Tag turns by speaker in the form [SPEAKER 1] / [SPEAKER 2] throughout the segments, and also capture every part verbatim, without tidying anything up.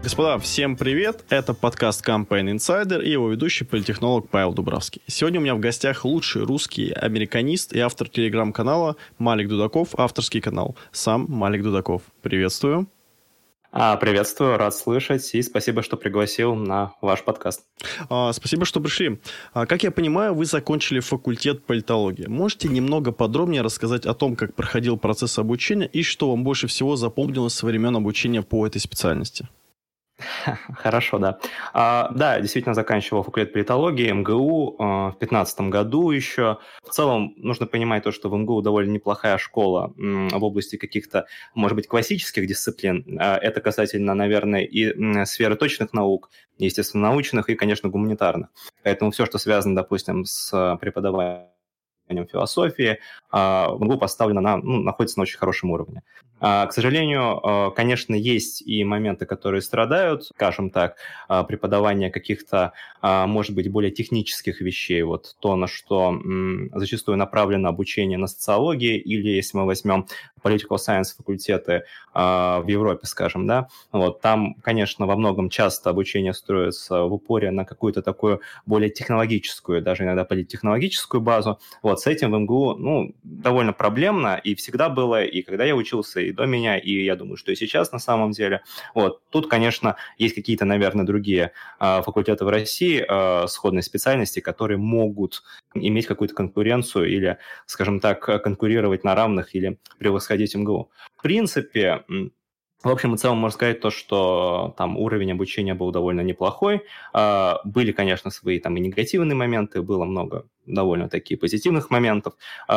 [SPEAKER 1] Господа, всем привет! Это подкаст Campaign Insider и его ведущий политтехнолог Павел Дубравский. Сегодня у меня в гостях лучший русский американист и автор телеграм-канала Малик Дудаков, авторский канал «Сам Малик Дудаков». Приветствую!
[SPEAKER 2] А, приветствую, рад слышать, и спасибо, что пригласил на ваш подкаст.
[SPEAKER 1] А, спасибо, что пришли. А, как я понимаю, вы закончили факультет политологии. Можете немного подробнее рассказать о том, как проходил процесс обучения и что вам больше всего запомнилось со времен обучения по этой специальности?
[SPEAKER 2] Хорошо, да. А, да, действительно заканчивал факультет политологии эм гэ у а, в две тысячи пятнадцатом году еще. В целом нужно понимать то, что в эм гэ у довольно неплохая школа м, в области каких-то, может быть, классических дисциплин. А, это касательно, наверное, и м, сферы точных наук, естественно-научных и, конечно, гуманитарных. Поэтому все, что связано, допустим, с преподаванием философии, в эм гэ у поставлено на, ну, находится на очень хорошем уровне. К сожалению, конечно, есть и моменты, которые страдают, скажем так, преподавание каких-то, может быть, более технических вещей, вот то, на что зачастую направлено обучение на социологии, или если мы возьмем political science факультеты в Европе, скажем, да, вот там, конечно, во многом часто обучение строится в упоре на какую-то такую более технологическую, даже иногда политтехнологическую базу. Вот с этим в эм гэ у, ну, довольно проблемно, и всегда было, и когда я учился, и до меня, и я думаю, что и сейчас на самом деле. Вот тут, конечно, есть какие-то, наверное, другие э, факультеты в России э, сходной специальности, которые могут иметь какую-то конкуренцию или, скажем так, конкурировать на равных или превосходить эм гэ у. В принципе, в общем и целом можно сказать то, что там уровень обучения был довольно неплохой. Были, конечно, свои там и негативные моменты, было много довольно-таки позитивных моментов.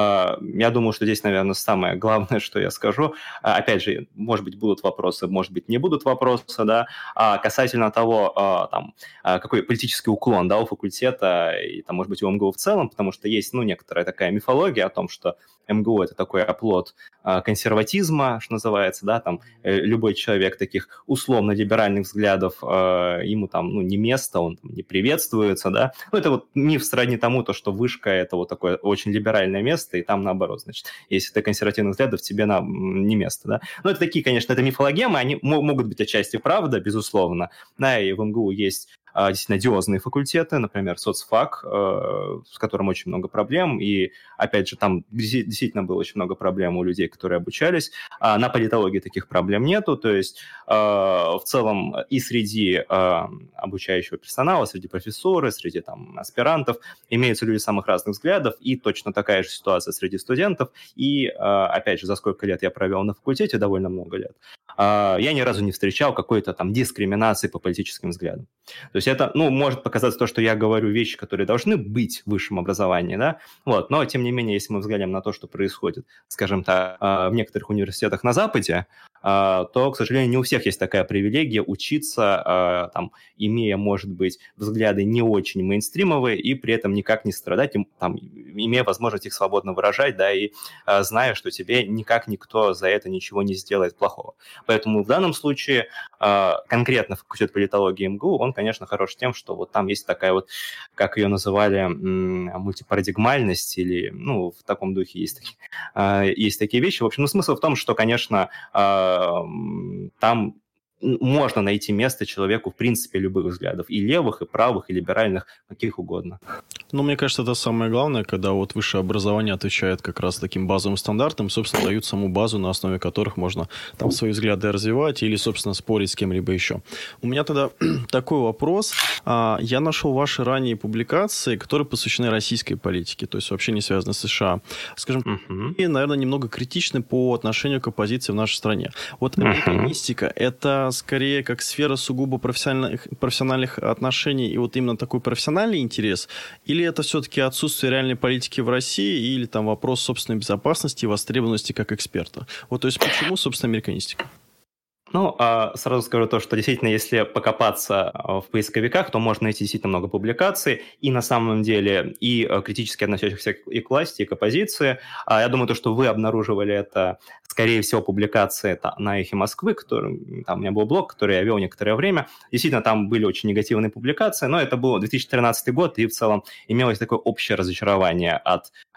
[SPEAKER 2] Я думаю, что здесь, наверное, самое главное, что я скажу, опять же, может быть, будут вопросы, может быть, не будут вопросы, да, а касательно того, там, какой политический уклон, да, у факультета и, там, может быть, у эм гэ у в целом, потому что есть, ну, некоторая такая мифология о том, что эм гэ у – это такой оплот консерватизма, что называется, да, там, любой человек таких условно-либеральных взглядов, ему там, ну, не место, он там не приветствуется, да, ну, это вот миф сродни тому, то, что вышка – это вот такое очень либеральное место, и там наоборот, значит, если ты консервативных взглядов, тебе на, не место, да. Ну, это такие, конечно, это мифологемы, они могут быть отчасти правда, безусловно, да, и в эм гэ у есть действительно одиозные факультеты, например, соцфак, с которым очень много проблем, и, опять же, там действительно было очень много проблем у людей, которые обучались. На политологии таких проблем нету, то есть в целом и среди обучающего персонала, среди профессоров, среди там аспирантов имеются люди самых разных взглядов, и точно такая же ситуация среди студентов, и, опять же, за сколько лет я провел на факультете, довольно много лет, я ни разу не встречал какой-то там дискриминации по политическим взглядам. То есть это, ну, может показаться то, что я говорю вещи, которые должны быть в высшем образовании, да, вот, но, тем не менее, если мы взглянем на то, что происходит, скажем так, в некоторых университетах на Западе, то, к сожалению, не у всех есть такая привилегия учиться, там, имея, может быть, взгляды не очень мейнстримовые и при этом никак не страдать, там, имея возможность их свободно выражать, да, и зная, что тебе никак никто за это ничего не сделает плохого. Поэтому в данном случае конкретно факультет политологии эм гэ у, он, конечно, хорош тем, что вот там есть такая вот, как ее называли, мультипарадигмальность или, ну, в таком духе есть такие, есть такие вещи. В общем, ну, смысл в том, что, конечно, там можно найти место человеку, в принципе, любых взглядов, и левых, и правых, и либеральных, каких угодно.
[SPEAKER 1] Ну, мне кажется, это самое главное, когда вот высшее образование отвечает как раз таким базовым стандартам, собственно, дают саму базу, на основе которых можно там свои взгляды развивать или, собственно, спорить с кем-либо еще. У меня тогда такой вопрос. Я нашел ваши ранние публикации, которые посвящены российской политике, то есть вообще не связаны с США. Скажем, uh-huh. и, наверное, немного критичны по отношению к оппозиции в нашей стране. Вот американистика uh-huh. – это скорее как сфера сугубо профессиональных, профессиональных отношений и вот именно такой профессиональный интерес, или это все-таки отсутствие реальной политики в России, или там вопрос собственной безопасности и востребованности как эксперта? Вот, то есть, почему, собственно, американистика?
[SPEAKER 2] Ну, сразу скажу то, что действительно, если покопаться в поисковиках, то можно найти действительно много публикаций, и на самом деле и критически относящихся и к власти, и к оппозиции. Я думаю, то, что вы обнаруживали это, скорее всего, публикации на «Эхе Москвы», который, там у меня был блог, который я вел некоторое время. Действительно, там были очень негативные публикации, но это был две тысячи тринадцатый год, и в целом имелось такое общее разочарование от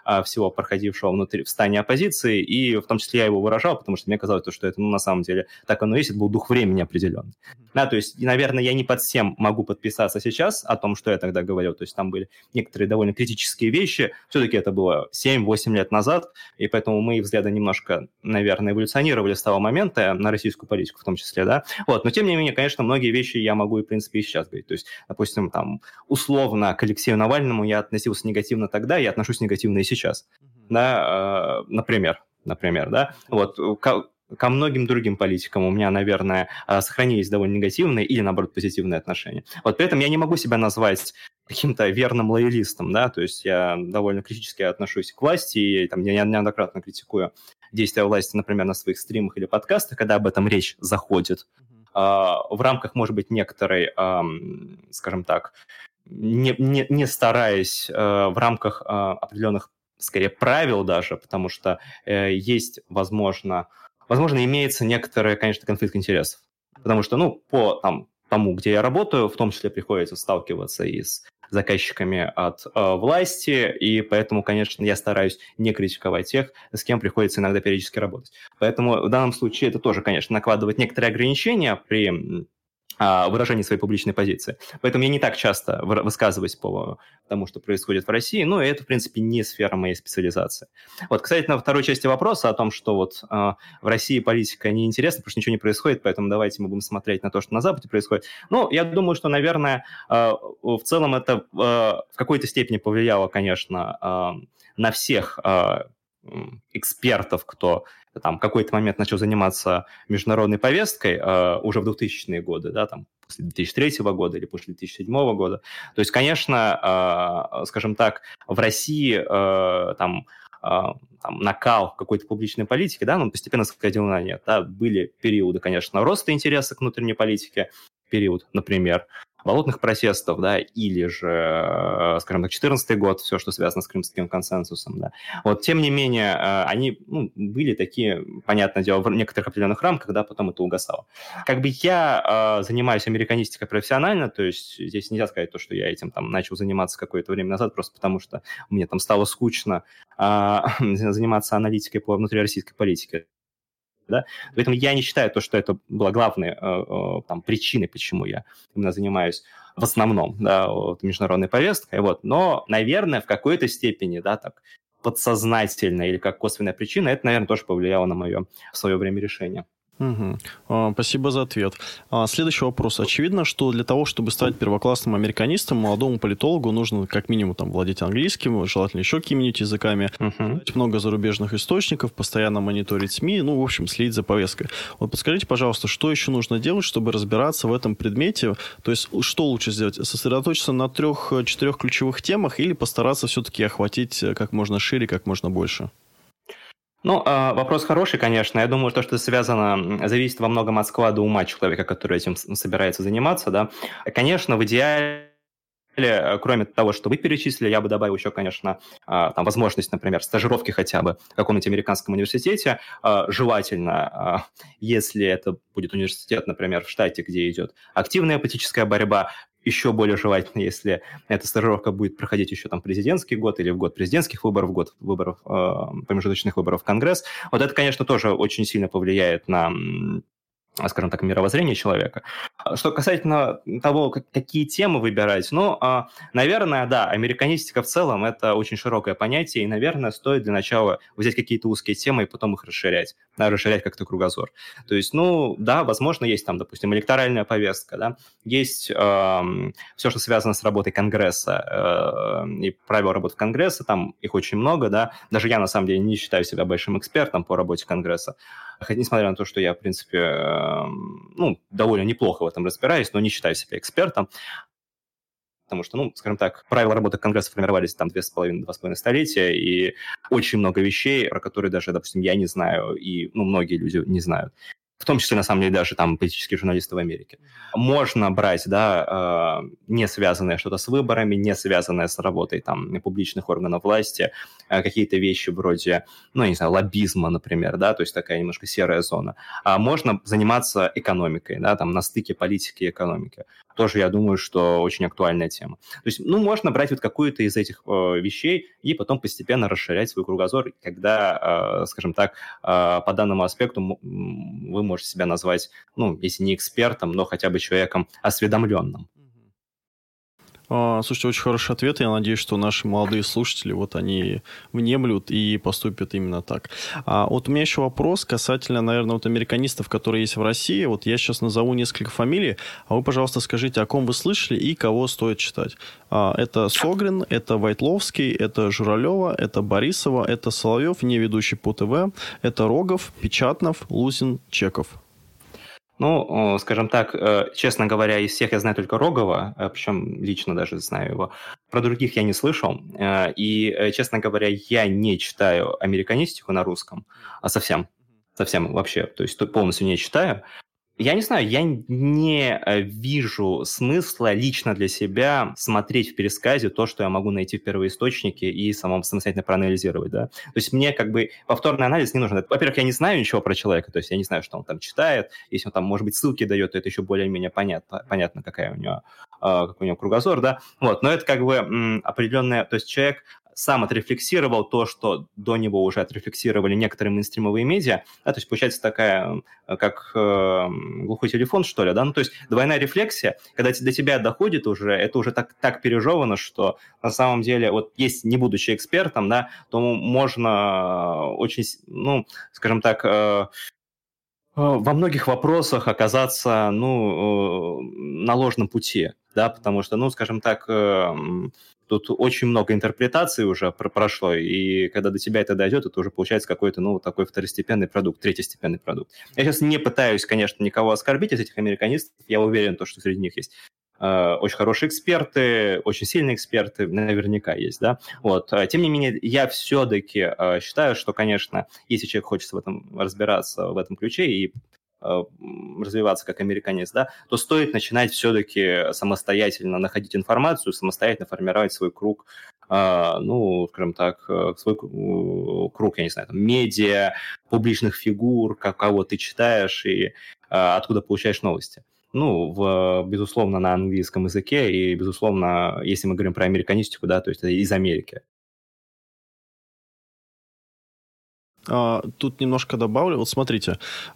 [SPEAKER 2] а, всего проходившего внутри, в стане оппозиции, и в том числе я его выражал, потому что мне казалось, что это, ну, на самом деле, так оно и есть, это был дух времени определенный. Да, то есть, наверное, я не под всем могу подписаться сейчас о том, что я тогда говорил, то есть там были некоторые довольно критические вещи, все-таки это было семь-восемь лет назад, и поэтому мои взгляды немножко, наверное, эволюционировали с того момента на российскую политику в том числе, да, вот, но тем не менее, конечно, многие вещи я могу, и, в принципе, и сейчас говорить, то есть, допустим, там, условно к Алексею Навальному я относился негативно тогда, я отношусь негативно и сейчас, да, э, например, например, да, вот, ко многим другим политикам у меня, наверное, сохранились довольно негативные или, наоборот, позитивные отношения. Вот при этом я не могу себя назвать каким-то верным лоялистом, да, то есть я довольно критически отношусь к власти, и там, я неоднократно критикую действия власти, например, на своих стримах или подкастах, когда об этом речь заходит, в рамках, может быть, некоторой, скажем так, не, не, не стараясь в рамках определенных, скорее, правил даже, потому что есть, возможно, возможно, имеется некоторый, конечно, конфликт интересов. Потому что, ну, по там, тому, где я работаю, в том числе приходится сталкиваться и с заказчиками от э, власти, и поэтому, конечно, я стараюсь не критиковать тех, с кем приходится иногда периодически работать. Поэтому в данном случае это тоже, конечно, накладывает некоторые ограничения при выражении своей публичной позиции. Поэтому я не так часто высказываюсь по тому, что происходит в России, ну, и это, в принципе, не сфера моей специализации. Вот, кстати, на второй части вопроса о том, что вот э, в России политика неинтересна, потому что ничего не происходит, поэтому давайте мы будем смотреть на то, что на Западе происходит. Ну, я думаю, что, наверное, э, в целом это э, в какой-то степени повлияло, конечно, э, на всех э, экспертов, кто там какой-то момент начал заниматься международной повесткой э, уже в двухтысячные годы, да, там, после две тысячи третьего года или после две тысячи седьмого года. То есть, конечно, э, скажем так, в России э, там, э, там накал какой-то публичной политики, да, он постепенно сходил на нет. Да. Были периоды, конечно, роста интереса к внутренней политике, период, например, болотных протестов, да, или же, скажем так, четырнадцатый год, все, что связано с Крымским консенсусом, да. Вот, тем не менее, они, ну, были такие, понятное дело, в некоторых определенных рамках, да, потом это угасало. Как бы я э, занимаюсь американистикой профессионально, то есть здесь нельзя сказать то, что я этим там начал заниматься какое-то время назад, просто потому что мне там стало скучно э, заниматься аналитикой по внутрироссийской политике. Да? Поэтому я не считаю то, что это была главной э, там, причиной, почему я именно занимаюсь в основном, да, вот, международной повесткой. Вот. Но, наверное, в какой-то степени, да, так, подсознательно или как косвенная причина, это, наверное, тоже повлияло на мое в свое время решение.
[SPEAKER 1] Угу. А, спасибо за ответ. А, следующий вопрос. Очевидно, что для того, чтобы стать первоклассным американистом, молодому политологу нужно как минимум там, владеть английским, желательно еще какими-нибудь языками,
[SPEAKER 2] uh-huh.
[SPEAKER 1] знать много зарубежных источников, постоянно мониторить СМИ, ну, в общем, следить за повесткой. Вот подскажите, пожалуйста, что еще нужно делать, чтобы разбираться в этом предмете? То есть, что лучше сделать? Сосредоточиться на трех-четырех ключевых темах или постараться все-таки охватить как можно шире, как можно больше?
[SPEAKER 2] Ну, вопрос хороший, конечно. Я думаю, то, что это связано, зависит во многом от склада ума человека, который этим собирается заниматься, да. Конечно, в идеале, кроме того, что вы перечислили, я бы добавил еще, конечно, там, возможность, например, стажировки хотя бы в каком-нибудь американском университете. Желательно, если это будет университет, например, в штате, где идет активная политическая борьба, еще более желательно, если эта стажировка будет проходить еще там президентский год или в год президентских выборов, в год выборов, э, промежуточных выборов в Конгресс. Вот это, конечно, тоже очень сильно повлияет на, скажем так, мировоззрение человека. Что касательно того, какие темы выбирать, ну, наверное, да, американистика в целом – это очень широкое понятие, и, наверное, стоит для начала взять какие-то узкие темы и потом их расширять, да, расширять как-то кругозор. То есть, ну, да, возможно, есть там, допустим, электоральная повестка, да, есть э, все, что связано с работой Конгресса э, и правил работы Конгресса, там их очень много, да, даже я, на самом деле, не считаю себя большим экспертом по работе Конгресса, хотя, несмотря на то, что я, в принципе, э, ну, довольно неплохо в этом разбираюсь, но не считаю себя экспертом, потому что, ну, скажем так, правила работы Конгресса формировались там две с половиной, два с половиной столетия, и очень много вещей, про которые даже, допустим, я не знаю, и, ну, многие люди не знают. в том числе, на самом деле, даже там политические журналисты в Америке. Можно брать, да, э, не связанное что-то с выборами, не связанное с работой там публичных органов власти, э, какие-то вещи вроде, ну, я не знаю, лоббизма, например, да, то есть такая немножко серая зона. А можно заниматься экономикой, да, там на стыке политики и экономики. Тоже, я думаю, что очень актуальная тема. То есть, ну, можно брать вот какую-то из этих э, вещей и потом постепенно расширять свой кругозор, когда, э, скажем так, э, по данному аспекту м- вы можете себя назвать, ну, если не экспертом, но хотя бы человеком осведомленным.
[SPEAKER 1] А, Слушайте, очень хороший ответ. Я надеюсь, что наши молодые слушатели, вот они внемлют и поступят именно так. А вот у меня еще вопрос касательно, наверное, вот американистов, которые есть в России. Вот я сейчас назову несколько фамилий, а вы, пожалуйста, скажите, о ком вы слышали и кого стоит читать. А, это Согрин, это Войтловский, это Журавлева, это Борисова, это Соловьев, не ведущий по ТВ, это Рогов, Печатнов, Лузин, Чеков.
[SPEAKER 2] Ну, скажем так, честно говоря, из всех я знаю только Рогова, причем лично даже знаю его. Про других я не слышал. И, честно говоря, я не читаю американистику на русском, а совсем, совсем вообще, то есть полностью не читаю. Я не знаю, я не вижу смысла лично для себя смотреть в пересказе то, что я могу найти в первоисточнике и самому самостоятельно проанализировать, да. То есть мне как бы повторный анализ не нужен. Во-первых, я не знаю ничего про человека, то есть я не знаю, что он там читает. Если он там, может быть, ссылки дает, то это еще более-менее понятно, понятно какая у него, какой у него кругозор, да. Вот, но это как бы м, определенная, то есть человек сам отрефлексировал то, что до него уже отрефлексировали некоторые мейнстримовые медиа, да, то есть получается такая, как э, глухой телефон, что ли, да, ну, то есть двойная рефлексия, когда до тебя доходит уже, это уже так, так пережевано, что на самом деле, вот есть, не будучи экспертом, да, то можно очень, ну, скажем так, э, во многих вопросах оказаться, ну, на ложном пути, да, потому что, ну, скажем так, тут очень много интерпретаций уже прошло, и когда до тебя это дойдет, это уже получается какой-то, ну, такой второстепенный продукт, третьестепенный продукт. Я сейчас не пытаюсь, конечно, никого оскорбить из этих американистов, я уверен, что среди них есть очень хорошие эксперты, очень сильные эксперты, наверняка есть, да, вот. Тем не менее, я все-таки считаю, что, конечно, если человек хочет в этом разбираться, в этом ключе и развиваться как американец, да, то стоит начинать все-таки самостоятельно находить информацию, самостоятельно формировать свой круг, ну, скажем так, свой круг, я не знаю, там, медиа, публичных фигур, кого ты читаешь и откуда получаешь новости. Ну, в, безусловно, на английском языке и, безусловно, если мы говорим про американистику, да, то есть это из Америки.
[SPEAKER 1] Тут немножко добавлю. Вот смотрите,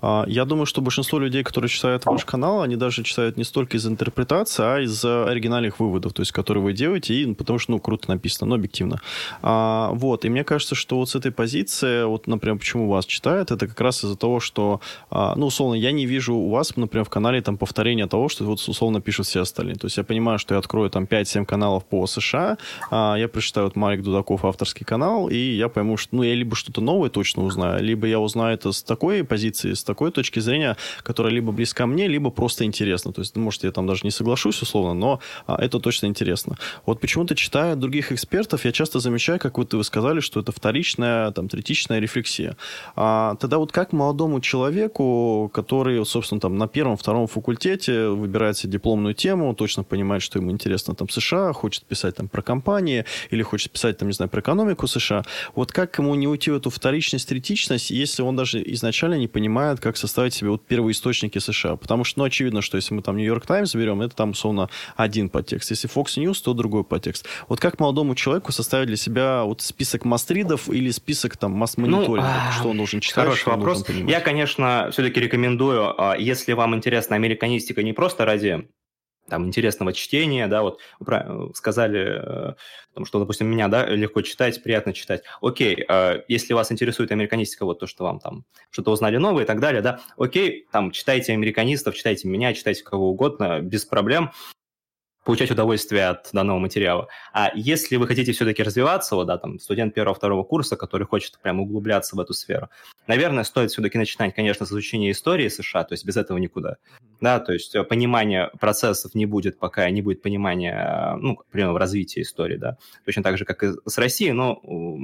[SPEAKER 1] я думаю, что большинство людей, которые читают ваш канал, они даже читают не столько из интерпретации, а из оригинальных выводов, то есть, которые вы делаете, и, потому что, ну, круто написано, но объективно. А, вот, и мне кажется, что вот с этой позиции, вот, например, почему вас читают, это как раз из-за того, что, ну, условно, я не вижу у вас, например, в канале там повторения того, что вот, условно, пишут все остальные. То есть, я понимаю, что я открою там пять-семь каналов по США, я прочитаю вот Марик Дудаков авторский канал, и я пойму, что, ну, я либо что-то новое точно узнаю, либо я узнаю это с такой позиции, с такой точки зрения, которая либо близка мне, либо просто интересна. То есть, может, я там даже не соглашусь условно, но а, это точно интересно. Вот почему-то, читая других экспертов, я часто замечаю, как вот вы сказали, что это вторичная, там, третичная рефлексия. А, тогда вот как молодому человеку, который, собственно, там, на первом-втором факультете выбирает себе дипломную тему, точно понимает, что ему интересно там США, хочет писать там про компании, или хочет писать там, не знаю, про экономику США, вот как ему не уйти в эту вторичность, третичность, если он даже изначально не понимает, как составить себе вот первоисточники США. Потому что, ну, очевидно, что если мы там Нью-Йорк Таймс берем, это там, условно, один подтекст. Если Fox News, то другой подтекст. Вот как молодому человеку составить для себя вот список мастридов или список там масс-мониторинга, ну, что он должен читать?
[SPEAKER 2] Хороший вопрос. Я, конечно, все-таки рекомендую, если вам интересна американистика не просто ради там, интересного чтения, да, вот вы сказали, что, допустим, меня, да, легко читать, приятно читать. Окей, если вас интересует американистика, вот то, что вам там что-то узнали новое и так далее, да, окей, там, читайте американистов, читайте меня, читайте кого угодно, без проблем, получать удовольствие от данного материала. А если вы хотите все-таки развиваться, вот, да, там, студент первого-второго курса, который хочет прям углубляться в эту сферу, наверное, стоит все-таки начинать, конечно, с изучения истории США, то есть без этого никуда. Да, то есть понимания процессов не будет, пока не будет понимания, ну, примерно, развития истории, да. Точно так же, как и с Россией, но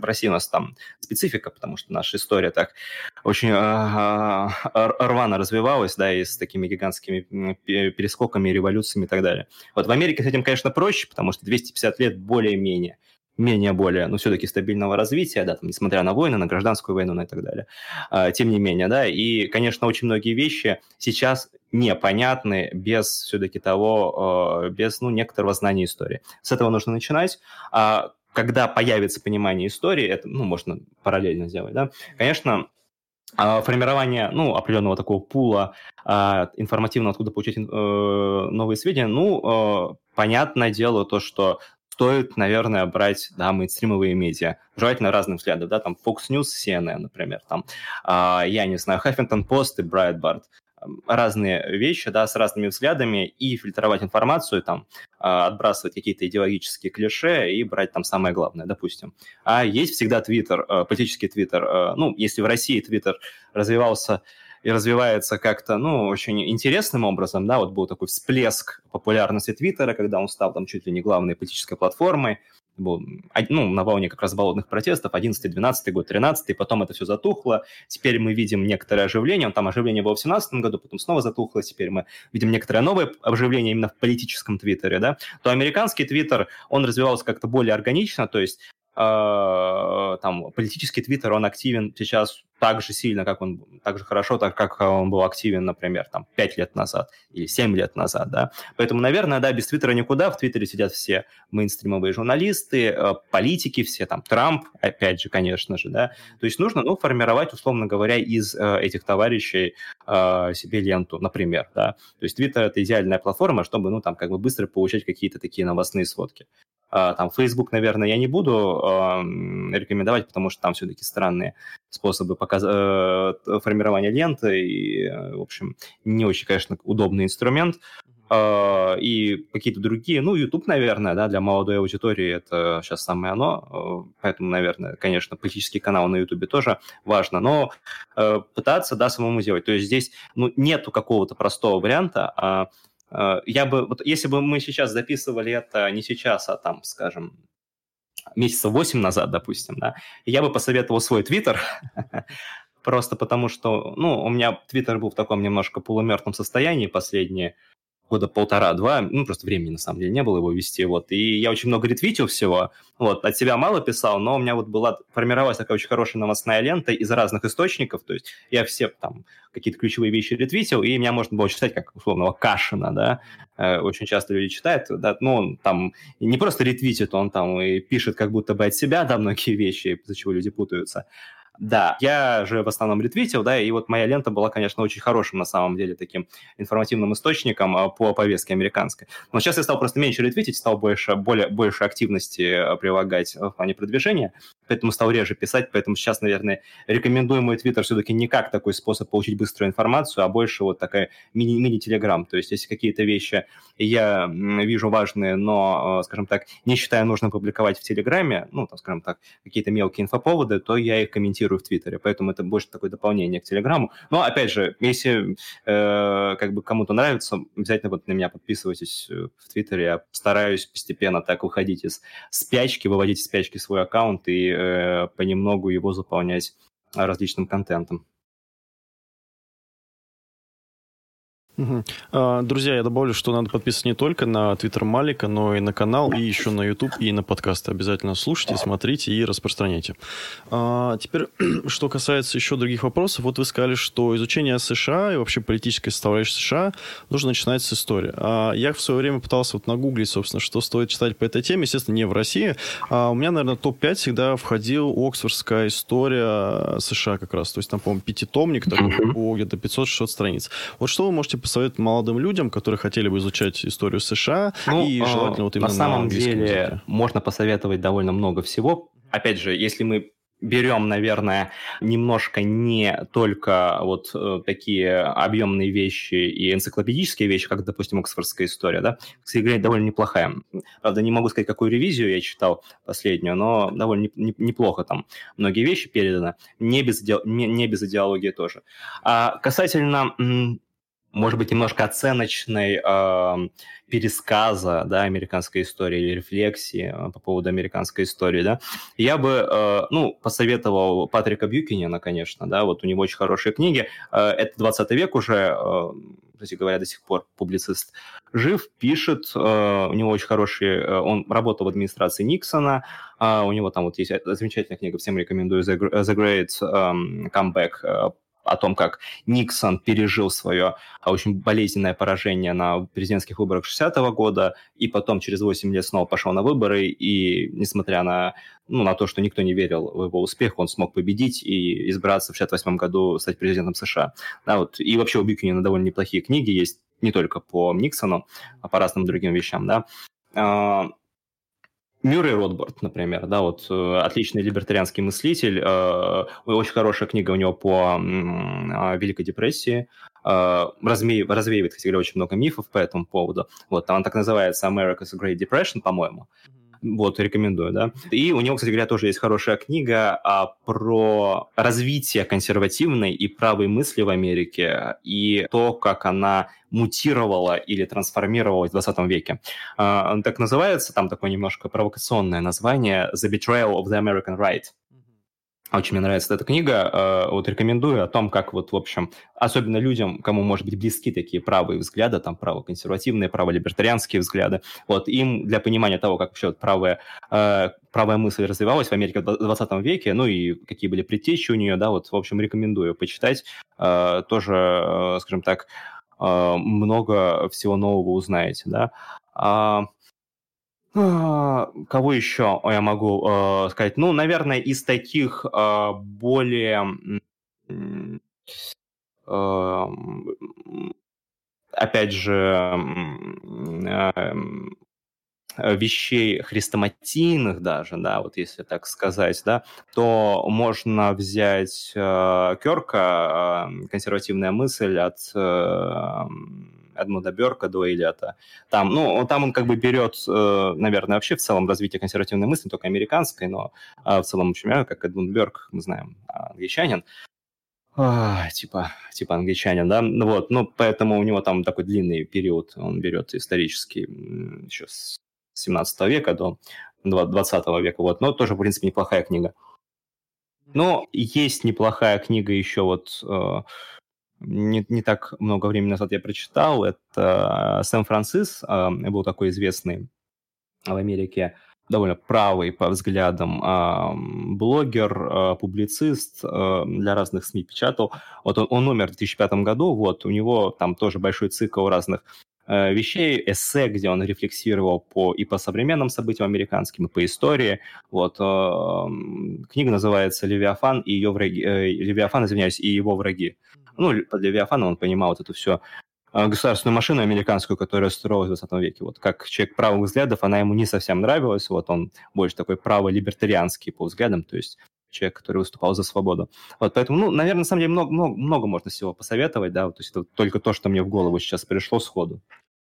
[SPEAKER 2] в России у нас там специфика, потому что наша история так очень э, рвано развивалась, да, и с такими гигантскими перескоками, революциями и так далее. Вот в Америке с этим, конечно, проще, потому что двести пятьдесят лет более-менее, менее-более, но все-таки стабильного развития, да, там, несмотря на войны, на гражданскую войну, ну и так далее. А, тем не менее, да, и, конечно, очень многие вещи сейчас непонятны без все-таки того, без, ну, некоторого знания истории. С этого нужно начинать. А когда появится понимание истории, это, ну, можно параллельно сделать, да, конечно, формирование, ну, определенного такого пула а, информативного, откуда получать э, новые сведения, ну, э, понятное дело то, что стоит, наверное, брать, да, мейнстримовые медиа, желательно разным взглядом, да, там Fox News, си эн эн, например, там, э, я не знаю, Huffington Post и Breitbart, разные вещи, да, с разными взглядами, и фильтровать информацию, там, отбрасывать какие-то идеологические клише и брать там самое главное, допустим. А есть всегда Твиттер, политический Твиттер. Ну, если в России Твиттер развивался и развивается как-то, ну, очень интересным образом, да, вот был такой всплеск популярности Твиттера, когда он стал там чуть ли не главной политической платформой, был, ну, на волне как раз болотных протестов, одиннадцатый, двенадцатый год, тринадцатый, потом это все затухло, теперь мы видим некоторое оживление, там оживление было в семнадцатом году, потом снова затухло, теперь мы видим некоторое новое оживление именно в политическом Твиттере, да, то американский Твиттер, он развивался как-то более органично, то есть э, там политический Твиттер, он активен сейчас так же сильно, как он, так же хорошо, так как он был активен, например, там, пять лет назад или семь лет назад, да. Поэтому, наверное, да, без Твиттера никуда. В Твиттере сидят все мейнстримовые журналисты, политики, все там, Трамп, опять же, конечно же, да. То есть нужно, ну, формировать, условно говоря, из э, этих товарищей э, себе ленту, например, да. То есть Твиттер – это идеальная платформа, чтобы, ну, там, как бы быстро получать какие-то такие новостные сводки. Там Facebook, наверное, я не буду э, рекомендовать, потому что там все-таки странные способы показ... э, формирования ленты и, в общем, не очень, конечно, удобный инструмент. Э, и какие-то другие, ну, YouTube, наверное, да, для молодой аудитории это сейчас самое оно, поэтому, наверное, конечно, политический канал на YouTube тоже важно, но э, пытаться, да, самому делать. То есть здесь, ну, нету какого-то простого варианта, а я бы, вот если бы мы сейчас записывали это не сейчас, а там, скажем, месяца восемь назад, допустим, да, я бы посоветовал свой Твиттер, просто потому что, ну, у меня Твиттер был в таком немножко полумертвом состоянии последние года полтора-два, ну, просто времени, на самом деле, не было его вести, вот, и я очень много ретвитил всего, вот, от себя мало писал, но у меня вот была, формировалась такая очень хорошая новостная лента из разных источников, то есть я все там какие-то ключевые вещи ретвитил, и меня можно было читать как условного Кашина, да, э, очень часто люди читают, да, ну, он там не просто ретвитит, он там и пишет как будто бы от себя, да, многие вещи, из-за чего люди путаются. Да, я же в основном ретвитил, да, и вот моя лента была, конечно, очень хорошим, на самом деле, таким информативным источником по повестке американской. Но сейчас я стал просто меньше ретвитить, стал больше, более, больше активности прилагать в плане продвижения, поэтому стал реже писать, поэтому сейчас, наверное, рекомендую мой твиттер все-таки не как такой способ получить быструю информацию, а больше вот такая мини- мини-телеграм, то есть если какие-то вещи я вижу важные, но, скажем так, не считаю нужным публиковать в Телеграме, ну, там, скажем так, какие-то мелкие инфоповоды, то я их комментирую в Твиттере, поэтому это больше такое дополнение к Телеграму. Но, опять же, если э, как бы кому-то нравится, обязательно вот на меня подписывайтесь в Твиттере. Я стараюсь постепенно так уходить из спячки, выводить из спячки свой аккаунт и э, понемногу его заполнять различным контентом.
[SPEAKER 1] Угу. Друзья, я добавлю, что надо подписываться не только на Твиттер Малика, но и на канал, и еще на YouTube, и на подкасты. Обязательно слушайте, смотрите и распространяйте. А, теперь, что касается еще других вопросов. Вот вы сказали, что изучение США и вообще политической составляющей США нужно начинать с истории. А, я в свое время пытался вот нагуглить, собственно, что стоит читать по этой теме. Естественно, не в России. А у меня, наверное, топ пять всегда входил Оксфордская история США как раз. То есть там, по-моему, пятитомник такой, по где-то пятьсот-шестьсот страниц. Вот что вы можете посоветовать молодым людям, которые хотели бы изучать историю США, ну, и желательно вот именно
[SPEAKER 2] на самом
[SPEAKER 1] на
[SPEAKER 2] деле
[SPEAKER 1] языке?
[SPEAKER 2] Можно посоветовать довольно много всего. Опять же, если мы берем, наверное, немножко не только вот э, такие объемные вещи и энциклопедические вещи, как, допустим, Оксфордская история, да, кстати говоря, довольно неплохая. Правда, не могу сказать, какую ревизию я читал последнюю, но довольно не, неплохо там многие вещи переданы, не без, иде... не, не без идеологии тоже. А касательно... М- может быть, немножко оценочной э, пересказа, да, американской истории или рефлексии э, по поводу американской истории, да, я бы, э, ну, посоветовал Патрика Бьюкенена, конечно, да, вот у него очень хорошие книги. Э, это двадцатый век уже, э, кстати говоря, до сих пор публицист жив, пишет, э, у него очень хороший, э, он работал в администрации Никсона, э, у него там вот есть замечательная книга, всем рекомендую, The, The Great um, Comeback, э, о том, как Никсон пережил свое очень болезненное поражение на президентских выборах шестидесятого года, и потом через восемь лет снова пошел на выборы, и несмотря на, ну, на то, что никто не верил в его успех, он смог победить и избраться в шестьдесят восьмом году стать президентом США. Да, вот. И вообще у Бьюкенена довольно неплохие книги есть, не только по Никсону, а по разным другим вещам, да. Мюррей Ротбард, например, да, вот э, отличный либертарианский мыслитель, э, очень хорошая книга у него по э, Великой депрессии, э, разме, развеивает, кстати говоря, очень много мифов по этому поводу. Вот, там он так называется America's Great Depression, по-моему. Вот, рекомендую, да. И у него, кстати говоря, тоже есть хорошая книга а, про развитие консервативной и правой мысли в Америке и то, как она мутировала или трансформировалась в двадцатом веке. А, он так называется, там такое немножко провокационное название «The Betrayal of the American Right». Очень мне нравится эта книга, вот рекомендую о том, как вот, в общем, особенно людям, кому, может быть, близки такие правые взгляды, там, правоконсервативные, праволибертарианские взгляды, вот, им для понимания того, как вообще вот правая, правая мысль развивалась в Америке в двадцатом веке, ну и какие были предтечи у нее, да, вот, в общем, рекомендую почитать, тоже, скажем так, много всего нового узнаете, да. Кого еще я могу э, сказать? Ну, наверное, из таких э, более, э, опять же, э, вещей хрестоматийных даже, да, вот если так сказать, да, то можно взять э, Кёрка, э, «Консервативная мысль» от э, Эдмунда Бёрка до Элиота. Там, ну, там он как бы берет, э, наверное, вообще в целом развитие консервативной мысли, не только американской, но э, в целом, в общем, как Эдмунд Бёрк, мы знаем, англичанин, а, типа, типа англичанин, да, ну вот, ну, поэтому у него там такой длинный период, он берет исторический еще с семнадцатого века до двадцатого века, вот, но тоже, в принципе, неплохая книга. Но есть неплохая книга еще вот... Э, Не, не так много времени назад я прочитал. Это Сэм Франсис, был такой известный в Америке, довольно правый по взглядам блогер, публицист, для разных СМИ печатал. Вот он, он умер в две тысячи пятом году, вот у него там тоже большой цикл разных вещей, эссе, где он рефлексировал по, и по современным событиям американским, и по истории. Вот, книга называется «Левиафан и ее враги», «Левиафан, извиняюсь, и его враги». Ну, под Левиафаном он понимал вот эту всю государственную машину американскую, которая строилась в двадцатом веке. Вот как человек правых взглядов, она ему не совсем нравилась. Вот он больше такой право-либертарианский по взглядам, то есть человек, который выступал за свободу. Вот поэтому, ну, наверное, на самом деле много, много, много можно всего посоветовать, да, вот, то есть это только то, что мне в голову сейчас пришло сходу.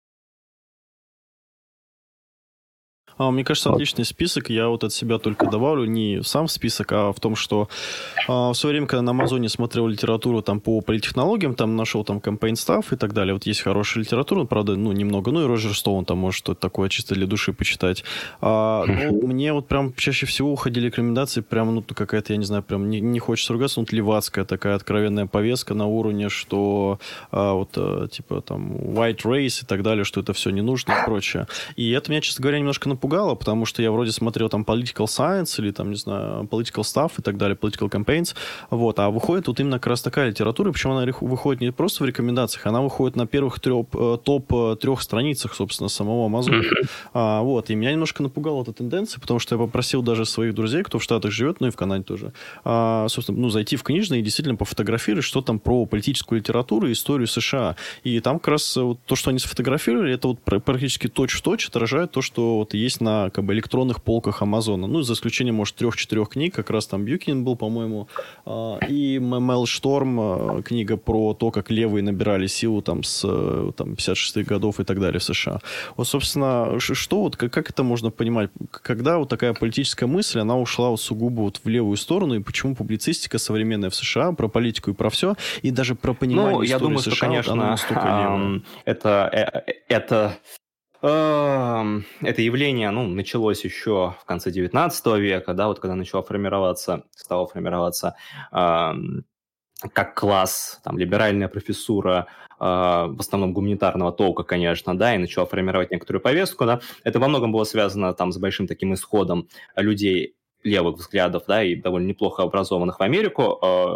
[SPEAKER 1] А, мне кажется, отличный список. Я вот от себя только добавлю не сам в список, а в том, что а, в свое время, когда на Амазоне смотрел литературу там, по политтехнологиям, там нашел там Campaign Stuff и так далее. Вот есть хорошая литература, правда, ну, немного. Ну, и Роджер Стоун там может что-то такое чисто для души почитать. А, ну, мне вот прям чаще всего уходили рекомендации, прям, ну, какая-то, я не знаю, прям не, не хочется ругаться, ну, левацкая такая откровенная повестка на уровне, что а, вот, а, типа, там, white race и так далее, что это все не нужно и прочее. И это меня, честно говоря, немножко напугало, потому что я вроде смотрел там political science или там, не знаю, political stuff и так далее, political campaigns, вот, а выходит вот именно как раз такая литература, причем она выходит не просто в рекомендациях, она выходит на первых трех, топ трех страницах, собственно, самого Амазона. А, вот, и меня немножко напугала эта тенденция, потому что я попросил даже своих друзей, кто в Штатах живет, ну и в Канаде тоже, а, собственно, ну, зайти в книжные и действительно пофотографировать, что там про политическую литературу и историю США. И там как раз вот то, что они сфотографировали, это вот практически точь-в-точь отражает то, что вот есть находились на как бы электронных полках Амазона. Ну, за исключением, может, трех-четырех книг, как раз там Бьюкин был, по-моему, и Maelstrom, книга про то, как левые набирали силу там с там, пятьдесят шестых годов и так далее в США. Вот, собственно, что вот, как, как это можно понимать? Когда вот такая политическая мысль, она ушла вот сугубо вот в левую сторону, и почему публицистика современная в США про политику и про все, и даже про понимание
[SPEAKER 2] ну,
[SPEAKER 1] истории
[SPEAKER 2] я думаю,
[SPEAKER 1] США,
[SPEAKER 2] что, конечно,
[SPEAKER 1] вот, она настолько левая?
[SPEAKER 2] Это, это, это явление, ну, началось еще в конце девятнадцатого века, да, вот когда начало формироваться, стало формироваться как класс, там, либеральная профессура, э, в основном гуманитарного толка, конечно, да, и начала формировать некоторую повестку, да, это во многом было связано там с большим таким исходом людей левых взглядов, да, и довольно неплохо образованных в Америку, э,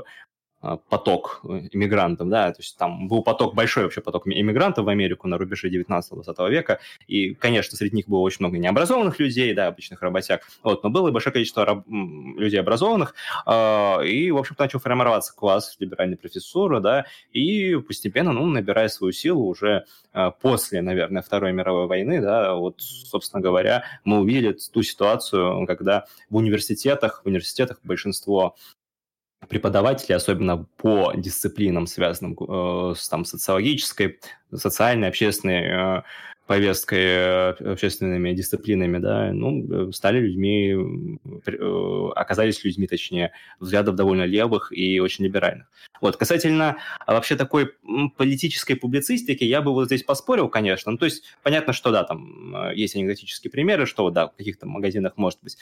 [SPEAKER 2] поток иммигрантов, да, то есть там был поток, большой вообще поток иммигрантов в Америку на рубеже девятнадцатого-двадцатого века, и, конечно, среди них было очень много необразованных людей, да, обычных работяг, вот, но было и большое количество раб- людей образованных, э, и, в общем-то, начал формироваться класс либеральной профессуры, да, и постепенно, ну, набирая свою силу уже э, после, наверное, Второй мировой войны, да, вот, собственно говоря, мы увидели ту ситуацию, когда в университетах, в университетах большинство преподаватели, особенно по дисциплинам, связанным э, с там, социологической, социальной, общественной э, повесткой, э, общественными дисциплинами, да, ну, стали людьми, э, оказались людьми, точнее, взглядов довольно левых и очень либеральных. Вот, касательно а, вообще такой м, политической публицистики, я бы вот здесь поспорил, конечно. Ну, то есть, понятно, что, да, там есть анекдотические примеры, что, да, в каких-то магазинах, может быть,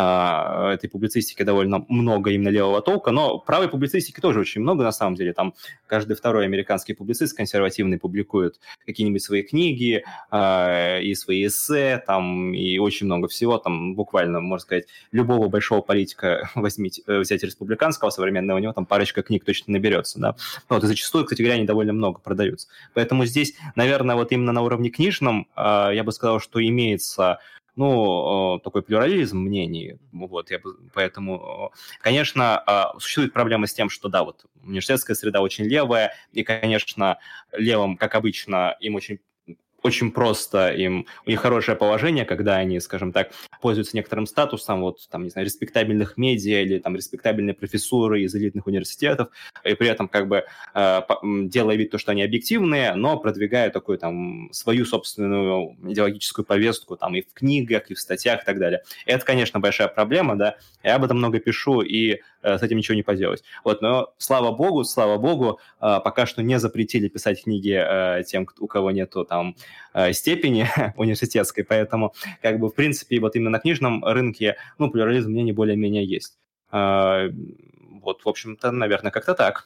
[SPEAKER 2] этой публицистики довольно много именно левого толка, но правой публицистики тоже очень много, на самом деле. Там каждый второй американский публицист консервативный публикует какие-нибудь свои книги э, и свои эссе, там, и очень много всего. Там буквально, можно сказать, любого большого политика возьмите, взять республиканского современного, у него там парочка книг точно наберется, да. Вот, и зачастую, кстати говоря, они довольно много продаются. Поэтому здесь, наверное, вот именно на уровне книжном э, я бы сказал, что имеется ну, такой плюрализм мнений, вот, я бы, поэтому, конечно, существует проблема с тем, что, да, вот, университетская среда очень левая, и, конечно, левым, как обычно, им очень очень просто, им, у них хорошее положение, когда они, скажем так, пользуются некоторым статусом, вот, там, не знаю, респектабельных медиа или, там, респектабельной профессуры из элитных университетов, и при этом, как бы, э, делая вид, то, что они объективные, но продвигая такую, там, свою собственную идеологическую повестку, там, и в книгах, и в статьях, и так далее. И это, конечно, большая проблема, да, я об этом много пишу, и э, с этим ничего не поделать. Вот, но, слава богу, слава богу, э, пока что не запретили писать книги э, тем, у кого нету, там, степени университетской, поэтому, как бы, в принципе, вот именно на книжном рынке, ну, плюрализм мнений более-менее есть. Вот, в общем-то, наверное, как-то так.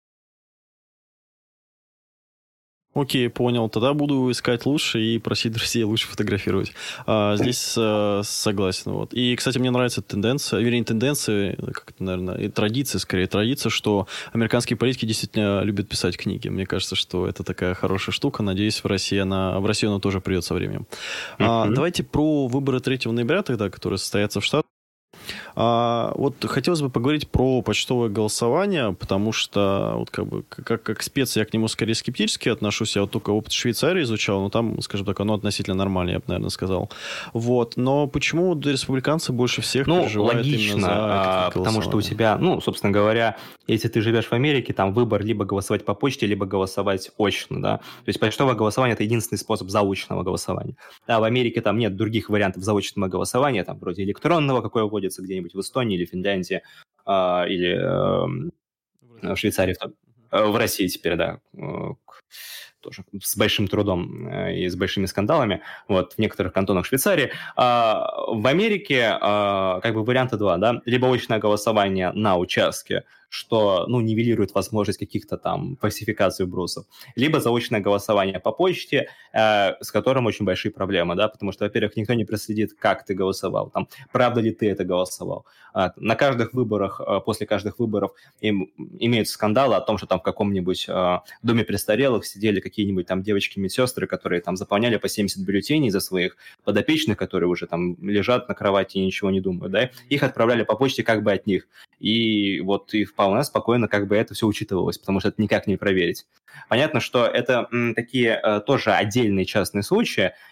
[SPEAKER 1] Окей, понял. Тогда буду искать лучше и просить друзей лучше фотографировать. А, здесь а, согласен. Вот. И, кстати, мне нравится тенденция, вернее, не тенденция, как это, наверное, и традиция, скорее, традиция, что американские политики действительно любят писать книги. Мне кажется, что это такая хорошая штука. Надеюсь, в России она, в Россию она тоже придет со временем. Mm-hmm. А, давайте про выборы третьего ноября тогда, которые состоятся в Штатах. А, вот хотелось бы поговорить про почтовое голосование, потому что вот как бы как, как спец я к нему скорее скептически отношусь. Я вот только опыт Швейцарии изучал, но там, скажем так, оно относительно нормально, я бы, наверное, сказал. Вот. Но почему республиканцы больше всех
[SPEAKER 2] ну,
[SPEAKER 1] переживают
[SPEAKER 2] логично,
[SPEAKER 1] именно за
[SPEAKER 2] а, потому что у тебя, ну, собственно говоря, если ты живешь в Америке, там выбор либо голосовать по почте, либо голосовать очно, да. То есть почтовое голосование – это единственный способ заочного голосования. Да, в Америке там нет других вариантов заочного голосования, там вроде электронного, какое вводится где-нибудь в Эстонии или Финляндии, а, или э, в Швейцарии, в, в России теперь, да, тоже с большим трудом и с большими скандалами, вот, в некоторых кантонах Швейцарии. А в Америке а, как бы варианта два, да, либо очное голосование на участке, что, ну, нивелирует возможность каких-то там фальсификаций вбросов, либо заочное голосование по почте, э, с которым очень большие проблемы, да, потому что, во-первых, никто не проследит, как ты голосовал, там, правда ли ты это голосовал. А, на каждых выборах, а, после каждых выборов им, имеются скандалы о том, что там в каком-нибудь а, доме престарелых сидели какие-нибудь там девочки-медсестры, которые там заполняли по семьдесят бюллетеней за своих подопечных, которые уже там лежат на кровати и ничего не думают, да, их отправляли по почте как бы от них. И вот и вполне спокойно как бы это все учитывалось, потому что это никак не проверить. Понятно, что это м, такие э, тоже отдельные частные случаи,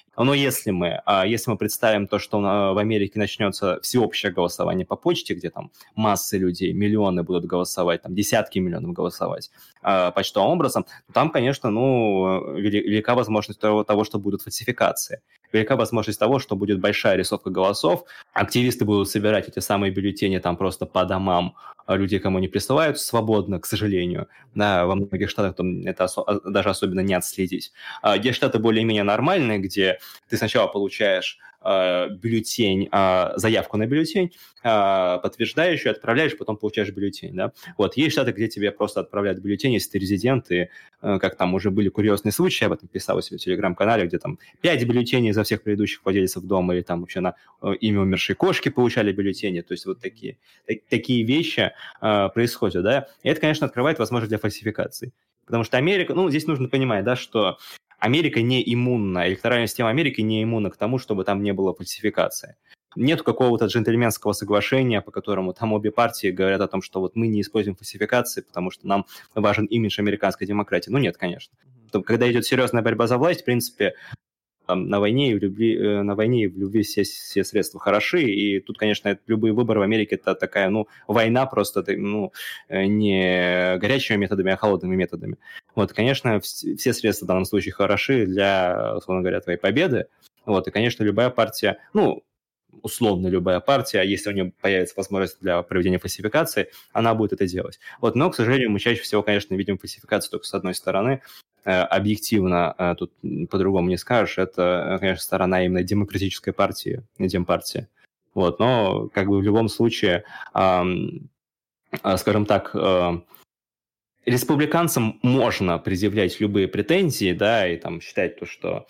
[SPEAKER 2] Но если мы, а, если мы представим то, что в Америке начнется всеобщее голосование по почте, где там массы людей, миллионы будут голосовать, там десятки миллионов голосовать а, почтовым образом, то там, конечно, ну, велика возможность того, того, что будут фальсификации. Велика возможность того, что будет большая рисовка голосов, активисты будут собирать эти самые бюллетени там просто по домам людей, кому не присылают, свободно, к сожалению. Да, во многих штатах там это осо- даже особенно не отследить. А, есть штаты более-менее нормальные, где ты сначала получаешь э, бюллетень, э, заявку на бюллетень, э, подтверждающую, отправляешь, потом получаешь бюллетень. Да? Вот. Есть штаты, где тебе просто отправляют бюллетень, если ты резидент, и э, как там уже были курьезные случаи, я об этом писал у себя в Телеграм-канале, где там пять бюллетеней за всех предыдущих владельцев дома, или там вообще на э, имя умершей кошки получали бюллетени. То есть вот такие, так, такие вещи э, происходят. Да? И это, конечно, открывает возможность для фальсификаций. Потому что Америка, ну, здесь нужно понимать, да, что Америка не иммунна, электоральная система Америки не иммунна к тому, чтобы там не было фальсификации. Нет какого-то джентльменского соглашения, по которому там обе партии говорят о том, что вот мы не используем фальсификации, потому что нам важен имидж американской демократии. Ну нет, конечно. Когда идет серьезная борьба за власть, в принципе, на войне и в любви, на войне и в любви все, все средства хороши, и тут, конечно, любые выборы в Америке это такая, ну, война просто, ну, не горячими методами, а холодными методами. Вот, конечно, все средства в данном случае хороши для, условно говоря, твоей победы. Вот, и, конечно, любая партия, ну, условно любая партия, если у нее появится возможность для проведения фальсификации, она будет это делать. Вот, но, к сожалению, мы чаще всего, конечно, видим фальсификацию только с одной стороны. Объективно, тут по-другому не скажешь, это, конечно, сторона именно демократической партии, демпартии. Вот, но как бы в любом случае, скажем так, республиканцам можно предъявлять любые претензии, да, и там считать то, что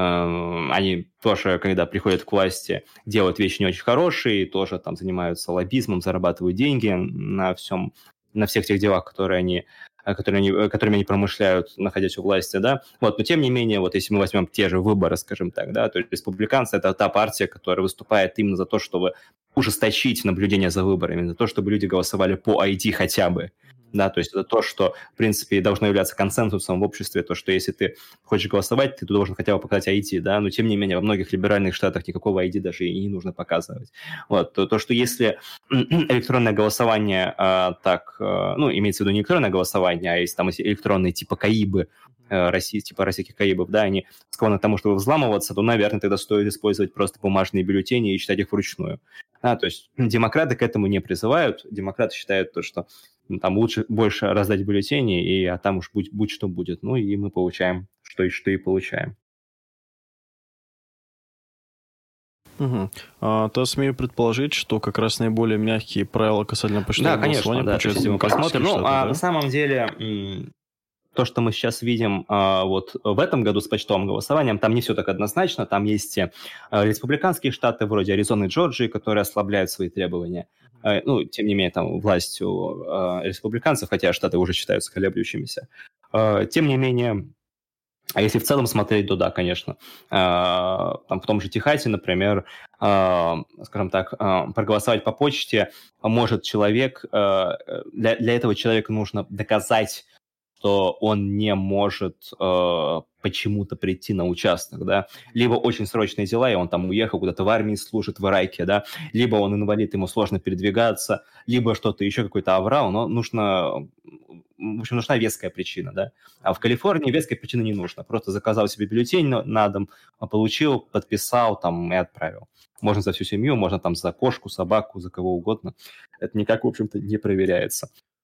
[SPEAKER 2] они тоже, когда приходят к власти, делают вещи не очень хорошие, тоже там занимаются лоббизмом, зарабатывают деньги на всем, на всех тех делах, которые они, которые они, которыми они промышляют, находясь у власти, да. Вот, но тем не менее, вот если мы возьмем те же выборы, скажем так, да, то есть республиканцы – это та партия, которая выступает именно за то, чтобы ужесточить наблюдение за выборами, за то, чтобы люди голосовали по ай ди хотя бы. Да, то есть это то, что, в принципе, должно являться консенсусом в обществе, то, что если ты хочешь голосовать, ты должен хотя бы показать ай ди, да, но тем не менее во многих либеральных штатах никакого ай ди даже и не нужно показывать. Вот, то, то что если электронное голосование а, так, а, ну, имеется в виду не электронное голосование, а если там электронные типа КАИБы, а, России, типа российских КАИБов, да, они склонны к тому, чтобы взламываться, то, наверное, тогда стоит использовать просто бумажные бюллетени и читать их вручную. А, то есть демократы к этому не призывают, демократы считают то, что там лучше больше раздать бюллетени, и, а там уж будь, будь что будет. Ну, и мы получаем, что и что и получаем.
[SPEAKER 1] Угу. А, то смею предположить, что как раз наиболее мягкие правила касательно почтового
[SPEAKER 2] да, конечно,
[SPEAKER 1] голосования
[SPEAKER 2] да,
[SPEAKER 1] получается
[SPEAKER 2] мы посмотрим. Ну,
[SPEAKER 1] штаты,
[SPEAKER 2] а
[SPEAKER 1] да?
[SPEAKER 2] на самом деле... То, что мы сейчас видим а, вот в этом году с почтовым голосованием, там не все так однозначно. Там есть а, республиканские штаты вроде Аризоны и Джорджии, которые ослабляют свои требования. А, ну, тем не менее, там власть у а, республиканцев, хотя штаты уже считаются колеблющимися. А, тем не менее, а если в целом смотреть, то да, конечно. А, там в том же Техасе, например, а, скажем так, а, проголосовать по почте может человек... А, для, для этого человеку нужно доказать, что он не может э, почему-то прийти на участок, да, либо очень срочные дела, и он там уехал куда-то в армии служит, в Ираке, да, либо он инвалид, ему сложно передвигаться, либо что-то еще, какой-то аврал, но нужно, в общем, нужна веская причина, да, а в Калифорнии веская причина не нужна, просто заказал себе бюллетень на дом, получил, подписал там и отправил. Можно за всю семью, можно там за кошку, собаку, за кого угодно, это никак, в общем-то, не проверяется.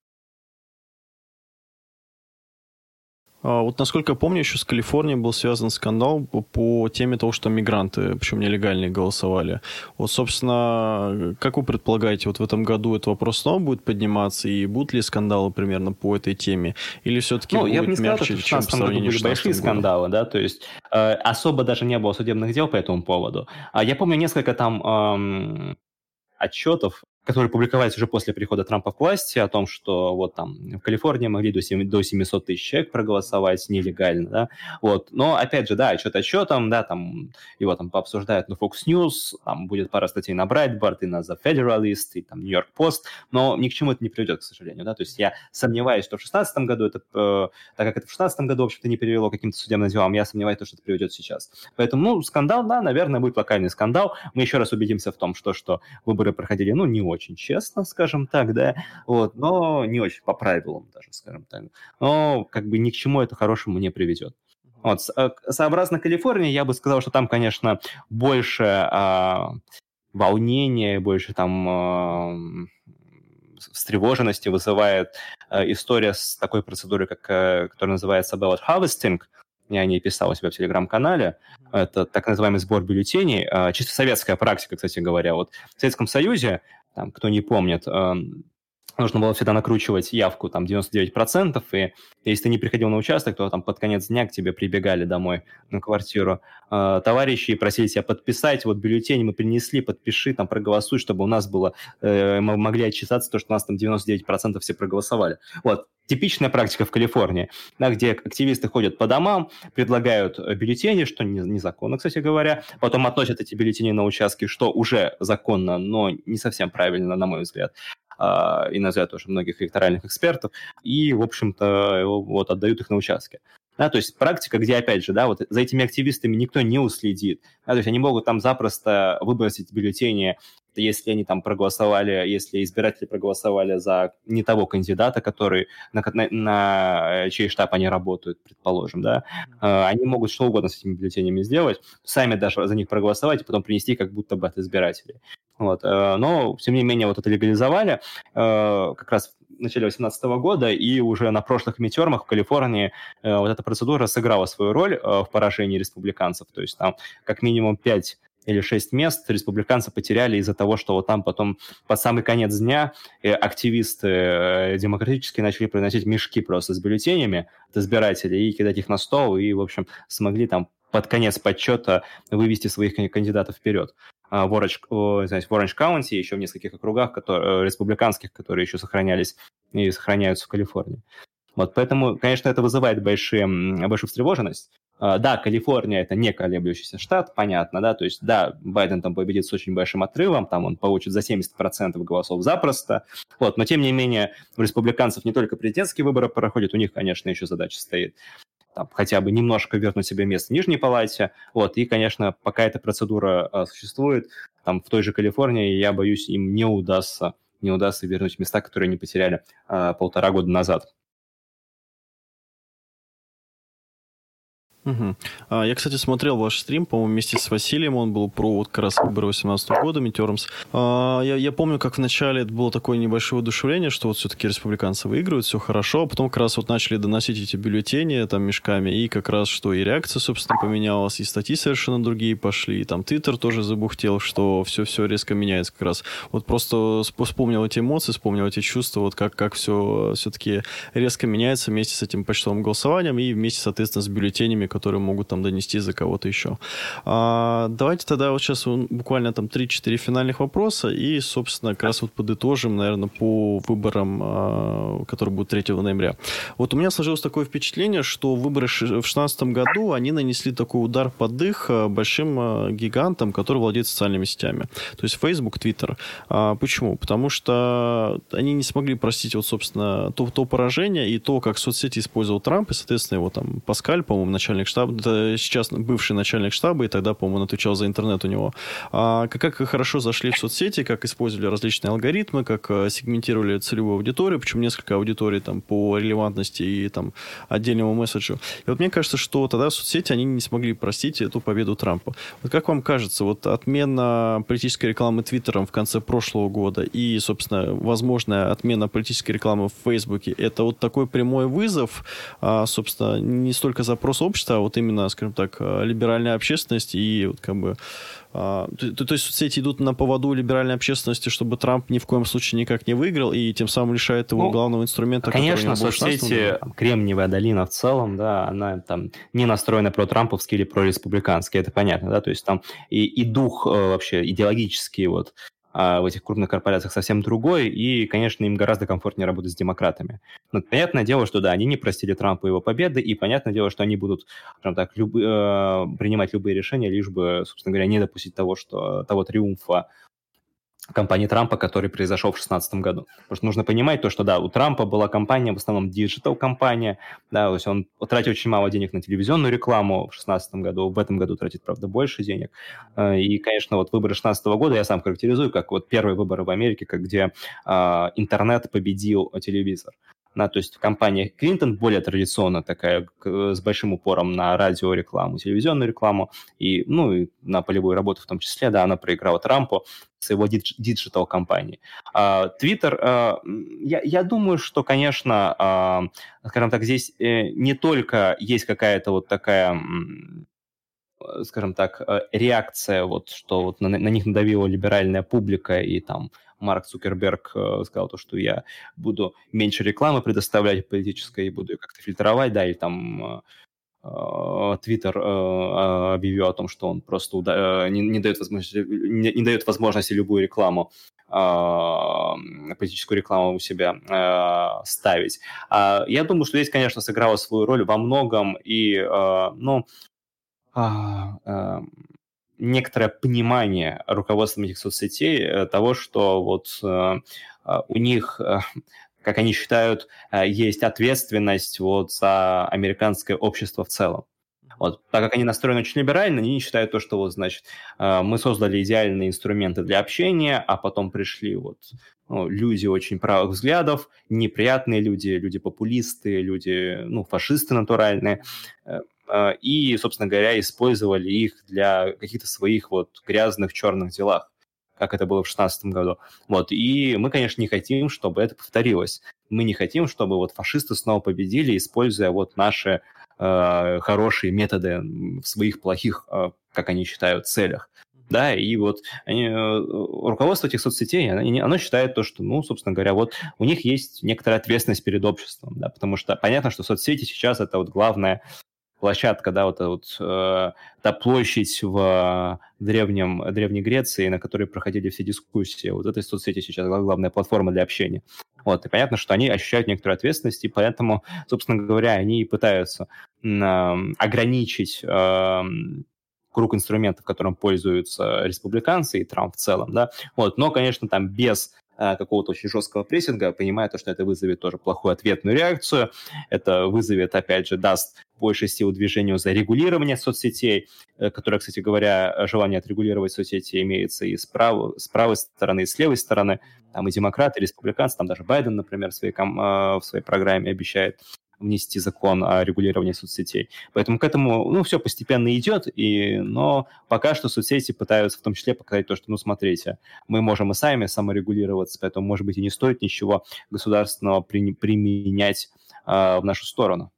[SPEAKER 1] Вот насколько я помню, еще с Калифорнией был связан скандал по теме того, что мигранты, причем нелегальные, голосовали. Вот, собственно, как вы предполагаете, вот в этом году этот вопрос снова будет подниматься, и будут ли скандалы примерно по этой теме? Или все-таки
[SPEAKER 2] ну,
[SPEAKER 1] будет
[SPEAKER 2] я бы не сказал,
[SPEAKER 1] мягче,
[SPEAKER 2] что в
[SPEAKER 1] чем по сравнению с
[SPEAKER 2] были большие скандалы, да, то есть э, особо даже не было судебных дел по этому поводу. А я помню несколько там э, отчетов, которые публиковались уже после прихода Трампа к власти, о том, что вот там в Калифорнии могли до семисот тысяч человек проголосовать нелегально, да, вот. Но, опять же, да, отчет отчетом, да, там его там пообсуждают на Fox News, там будет пара статей на Breitbart и на The Federalist, и там New York Post, но ни к чему это не приведет, к сожалению, да, то есть я сомневаюсь, что в шестнадцатом году это, э, так как это в шестнадцатом году, в общем-то, не привело к каким-то судебным делам, я сомневаюсь, что это приведет сейчас. Поэтому, ну, скандал, да, наверное, будет локальный скандал. Мы еще раз убедимся в том, что, что выборы проходили, ну, не очень честно, скажем так, да, вот, но не очень по правилам даже, скажем так. Но как бы ни к чему это хорошему не приведет. Вот, сообразно Калифорнии, я бы сказал, что там, конечно, больше а, волнения, больше там а, встревоженности вызывает а, история с такой процедурой, как, а, которая называется ballot harvesting. Я о ней писал у себя в Телеграм-канале. Это так называемый сбор бюллетеней. А, чисто советская практика, кстати говоря. Вот в Советском Союзе, там, кто не помнит, а, нужно было всегда накручивать явку там девяносто девять процентов, и если ты не приходил на участок, то там под конец дня к тебе прибегали домой на квартиру э, товарищи и просили тебя подписать, вот бюллетень мы принесли, подпиши, там проголосуй, чтобы у нас было, э, мы могли отчитаться, то, что у нас там девяносто девять процентов все проголосовали. Вот. Типичная практика в Калифорнии, да, где активисты ходят по домам, предлагают бюллетени, что незаконно, кстати говоря, потом относят эти бюллетени на участки, что уже законно, но не совсем правильно, на мой взгляд, и на взгляд тоже многих электоральных экспертов, и, в общем-то, вот, отдают их на участке. Да, то есть практика, где, опять же, да, вот за этими активистами никто не уследит. Да, то есть они могут там запросто выбросить бюллетени, если они там проголосовали, если избиратели проголосовали за не того кандидата, который, на, на, на чей штаб они работают, предположим, да, они могут что угодно с этими бюллетенями сделать, сами даже за них проголосовать и потом принести как будто бы от избирателей. Вот. Но, тем не менее, вот это легализовали как раз в начале две тысячи восемнадцатого года, и уже на прошлых мидтермах в Калифорнии вот эта процедура сыграла свою роль в поражении республиканцев. То есть там как минимум пять или шесть мест республиканцы потеряли из-за того, что вот там потом под самый конец дня активисты демократические начали приносить мешки просто с бюллетенями от избирателей и кидать их на стол, и, в общем, смогли там под конец подсчета вывести своих кандидатов вперед. В Оранж, в Оранж Каунти, еще в нескольких округах которые, республиканских, которые еще сохранялись и сохраняются в Калифорнии. Вот, поэтому, конечно, это вызывает большие, большую встревоженность. Да, Калифорния – это не колеблющийся штат, понятно, да, то есть, да, Байден там победит с очень большим отрывом, там он получит за семьдесят процентов голосов запросто, вот, но, тем не менее, у республиканцев не только президентские выборы проходят, у них, конечно, еще задача стоит. Там, хотя бы немножко вернуть себе место в Нижней Палате, вот, и, конечно, пока эта процедура а, существует, там, в той же Калифорнии, я боюсь, им не удастся, не удастся вернуть места, которые они потеряли а, полтора года назад.
[SPEAKER 1] Угу. А, я, кстати, смотрел ваш стрим, по-моему, вместе с Василием, он был про вот как раз выборы восемнадцатого года, midterms. А, я, я помню, как вначале это было такое небольшое воодушевление, что вот все-таки республиканцы выигрывают, все хорошо, а потом как раз вот начали доносить эти бюллетени там мешками, и как раз что и реакция, собственно, поменялась, и статьи совершенно другие пошли, и там Твиттер тоже забухтел, что все-все резко меняется как раз. Вот просто вспомнил эти эмоции, вспомнил эти чувства, вот как, как все все-таки резко меняется вместе с этим почтовым голосованием и вместе, соответственно, с бюллетенями, которые могут там донести за кого-то еще. А, давайте тогда вот сейчас буквально там три-четыре финальных вопроса и, собственно, как раз вот подытожим, наверное, по выборам, а, которые будут третьего ноября. Вот у меня сложилось такое впечатление, что выборы в две тысячи шестнадцатом году, они нанесли такой удар под дых большим гигантам, которые владеют социальными сетями. То есть Facebook, Twitter. А, почему? Потому что они не смогли простить вот, собственно, то, то поражение и то, как соцсети использовал Трамп, и, соответственно, его там Паскаль, по-моему, начальник штаба, это сейчас бывший начальник штаба, и тогда, по-моему, он отвечал за интернет у него. А как, как хорошо зашли в соцсети, как использовали различные алгоритмы, как сегментировали целевую аудиторию, причем несколько аудиторий там, по релевантности и там, отдельному месседжу. И вот мне кажется, что тогда соцсети, они не смогли простить эту победу Трампа. Вот как вам кажется, вот отмена политической рекламы Твиттером в конце прошлого года и, собственно, возможная отмена политической рекламы в Фейсбуке, это вот такой прямой вызов, а, собственно, не столько запрос общества, а вот именно, скажем так, либеральная общественность и вот как бы... А, то, то есть соцсети идут на поводу либеральной общественности, чтобы Трамп ни в коем случае никак не выиграл, и тем самым лишает его ну, главного инструмента,
[SPEAKER 2] конечно,
[SPEAKER 1] который...
[SPEAKER 2] Конечно, соцсети, Кремниевая долина в целом, да, она там не настроена про-трамповски или про-республикански, это понятно, да, то есть там и, и дух вообще идеологический вот а в этих крупных корпорациях совсем другой, и, конечно, им гораздо комфортнее работать с демократами. Но понятное дело, что да, они не простили Трампу его победы, и понятное дело, что они будут, скажем так, люб, э, принимать любые решения, лишь бы, собственно говоря, не допустить того, что, того триумфа кампании Трампа, который произошел в две тысячи шестнадцатом году. Потому что нужно понимать то, что, да, у Трампа была кампания, в основном диджитал-компания, да, то есть он тратил очень мало денег на телевизионную рекламу в две тысячи шестнадцатом году, в этом году тратит, правда, больше денег. И, конечно, вот выборы две тысячи шестнадцатого года я сам характеризую как вот первые выборы в Америке, как где э, интернет победил телевизор. Да, то есть компания Клинтон более традиционно такая, с большим упором на радиорекламу, телевизионную рекламу, и, ну, и на полевую работу в том числе, да, она проиграла Трампу с его диджитал-компанией. Твиттер, а, я, я думаю, что, конечно, а, скажем так, здесь не только есть какая-то вот такая, скажем так, реакция, вот, что вот на, на них надавила либеральная публика, и там Марк Цукерберг э, сказал то, что я буду меньше рекламы предоставлять политической и буду ее как-то фильтровать, да, или там Твиттер э, э, объявил о том, что он просто уда- не, не, дает возможности, не, не дает возможности любую рекламу, э, политическую рекламу у себя э, ставить. А я думаю, что здесь, конечно, сыграло свою роль во многом и, э, ну, а, а, некоторое понимание руководством этих соцсетей э, того, что вот э, а, у них, э, как они считают, э, есть ответственность вот за американское общество в целом. Вот, так как они настроены очень либерально, они считают то, что вот, значит, э, мы создали идеальные инструменты для общения, а потом пришли вот ну, люди очень правых взглядов, неприятные люди, люди-популисты, люди, ну, фашисты натуральные, э, и, собственно говоря, использовали их для каких-то своих вот грязных черных делах, как это было в шестнадцатом году. Вот. И мы, конечно, не хотим, чтобы это повторилось. Мы не хотим, чтобы вот фашисты снова победили, используя вот наши э, хорошие методы в своих плохих, э, как они считают, целях. Да, и вот они, руководство этих соцсетей, оно, оно считает то, что, ну, собственно говоря, вот у них есть некоторая ответственность перед обществом, да, потому что понятно, что соцсети сейчас это вот главная площадка, да, вот, вот э, та площадь в древнем, Древней Греции, на которой проходили все дискуссии. Вот этой соцсети сейчас главная платформа для общения. Вот, и понятно, что они ощущают некоторую ответственность, и поэтому, собственно говоря, они и пытаются э, ограничить э, круг инструментов, которым пользуются республиканцы и Трамп в целом, да, вот, но, конечно, там без какого-то очень жесткого прессинга, понимая то, что это вызовет тоже плохую ответную реакцию, это вызовет, опять же, даст больше сил движению за регулирование соцсетей, которое, кстати говоря, желание отрегулировать соцсети имеется и с правой, с правой стороны, и с левой стороны, там и демократы, и республиканцы, там даже Байден, например, в своей, в своей программе обещает внести закон о регулировании соцсетей. Поэтому к этому, ну, все постепенно идет, и, но пока что соцсети пытаются в том числе показать то, что, ну, смотрите, мы можем и сами саморегулироваться, поэтому, может быть, и не стоит ничего государственного при, применять э, в нашу сторону.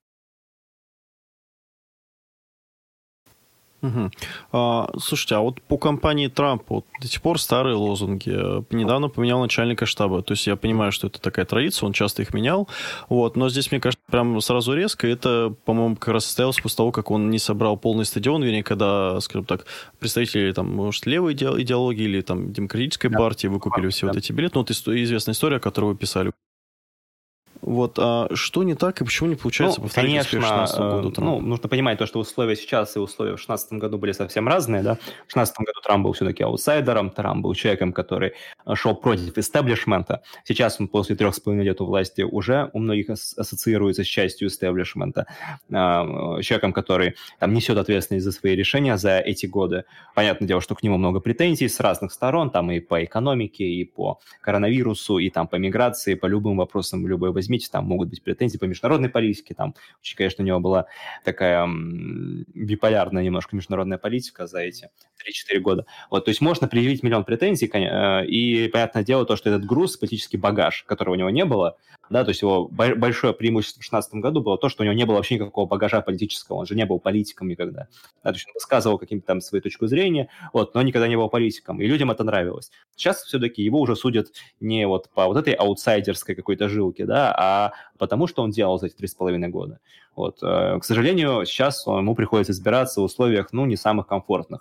[SPEAKER 1] Угу. А, слушайте, а вот по компании Трампа вот, до сих пор старые лозунги. Недавно поменял начальника штаба. То есть я понимаю, что это такая традиция, он часто их менял. Вот, но здесь, мне кажется, прям сразу резко. Это, по-моему, как раз состоялось после того, как он не собрал полный стадион, вернее, когда, скажем так, представители, там, может, левой идеологии или там демократической да. партии выкупили да. все да. вот эти билеты. Ну, вот известная история, которую вы писали. Вот, а что не так и почему не получается
[SPEAKER 2] ну,
[SPEAKER 1] повторить
[SPEAKER 2] конечно,
[SPEAKER 1] успех шестнадцатого года Трампа?
[SPEAKER 2] Ну, нужно понимать то, что условия сейчас и условия в шестнадцатом году были совсем разные, да. В шестнадцатом году Трамп был все-таки аутсайдером, Трамп был человеком, который шел против истеблишмента. Сейчас он после трех с половиной лет у власти уже у многих ассоциируется с частью истеблишмента. Человеком, который там несет ответственность за свои решения за эти годы. Понятное дело, что к нему много претензий с разных сторон, там и по экономике, и по коронавирусу, и там по миграции, по любым вопросам, любой возьмите, там могут быть претензии по международной политике, там, очень, конечно, у него была такая м, биполярная немножко международная политика за эти три-четыре года. Вот, то есть можно предъявить миллион претензий, и, понятное дело, то, что этот груз, политический багаж, которого у него не было, да, то есть его большое преимущество в шестнадцатом году было то, что у него не было вообще никакого багажа политического, он же не был политиком никогда. Да, то есть он высказывал каким-то там свою точку зрения, вот, но никогда не был политиком, и людям это нравилось. Сейчас все-таки его уже судят не вот по вот этой аутсайдерской какой-то жилке, да, а потому что он делал за эти три с половиной года. Вот. К сожалению, сейчас ему приходится избираться в условиях, ну, не самых комфортных.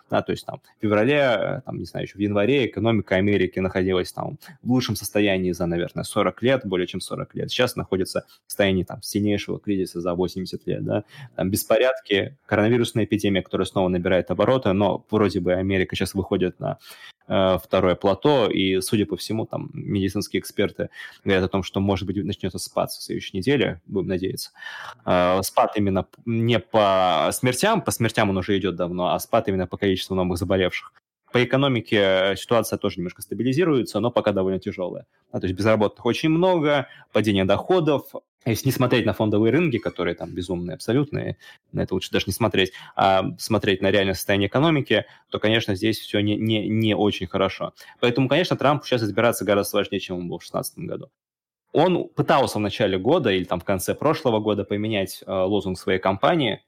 [SPEAKER 2] Да, то есть там в феврале, там, не знаю, еще в январе экономика Америки находилась там в лучшем состоянии за, наверное, сорок лет, более чем сорок лет. Сейчас находится в состоянии там сильнейшего кризиса за восемьдесят лет, да. Там беспорядки, коронавирусная эпидемия, которая снова набирает обороты, но вроде бы Америка сейчас выходит на э, второе плато, и, судя по всему, там медицинские эксперты говорят о том, что, может быть, начнется спад в следующей неделе, будем надеяться. Э, спад именно не по смертям, по смертям он уже идет давно, а спад именно по количеству новых заболевших. По экономике ситуация тоже немножко стабилизируется, но пока довольно тяжелая. А, то есть безработных очень много, падение доходов. Если не смотреть на фондовые рынки, которые там безумные абсолютные, на это лучше даже не смотреть, а смотреть на реальное состояние экономики, то, конечно, здесь все не, не, не очень хорошо. Поэтому, конечно, Трампу сейчас избираться гораздо сложнее, чем он был в две тысячи шестнадцатом году. Он пытался в начале года или там в конце прошлого года поменять э, лозунг своей кампании,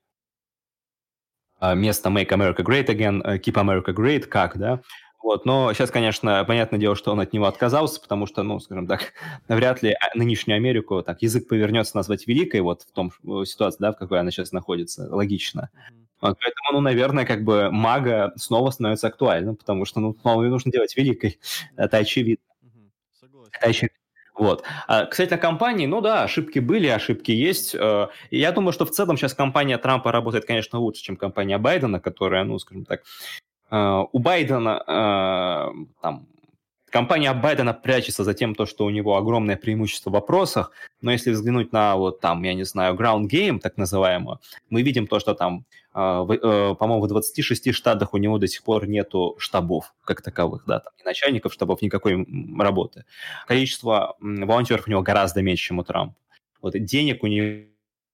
[SPEAKER 2] место Make America Great Again, Keep America Great, как, да, вот, но сейчас, конечно, понятное дело, что он от него отказался, потому что, ну, скажем так, вряд ли нынешнюю Америку, так, язык повернется назвать великой, вот в том ситуации, да, в какой она сейчас находится, логично. Вот, поэтому, ну, наверное, как бы мага снова становится актуальным, потому что, ну, снова ее нужно делать великой, это очевидно. Это очевидно. Вот. А, кстати, на компании, ну да, ошибки были, ошибки есть. Я думаю, что в целом сейчас компания Трампа работает, конечно, лучше, чем компания Байдена, которая, ну, скажем так, у Байдена там компания Байдена прячется за тем, то, что у него огромное преимущество в вопросах, но если взглянуть на вот там, я не знаю, ground game, так называемую, мы видим то, что там, по-моему, в двадцати шести штатах у него до сих пор нету штабов как таковых, да, там ни начальников штабов, никакой работы. Количество волонтеров у него гораздо меньше, чем у Трампа. Вот денег у него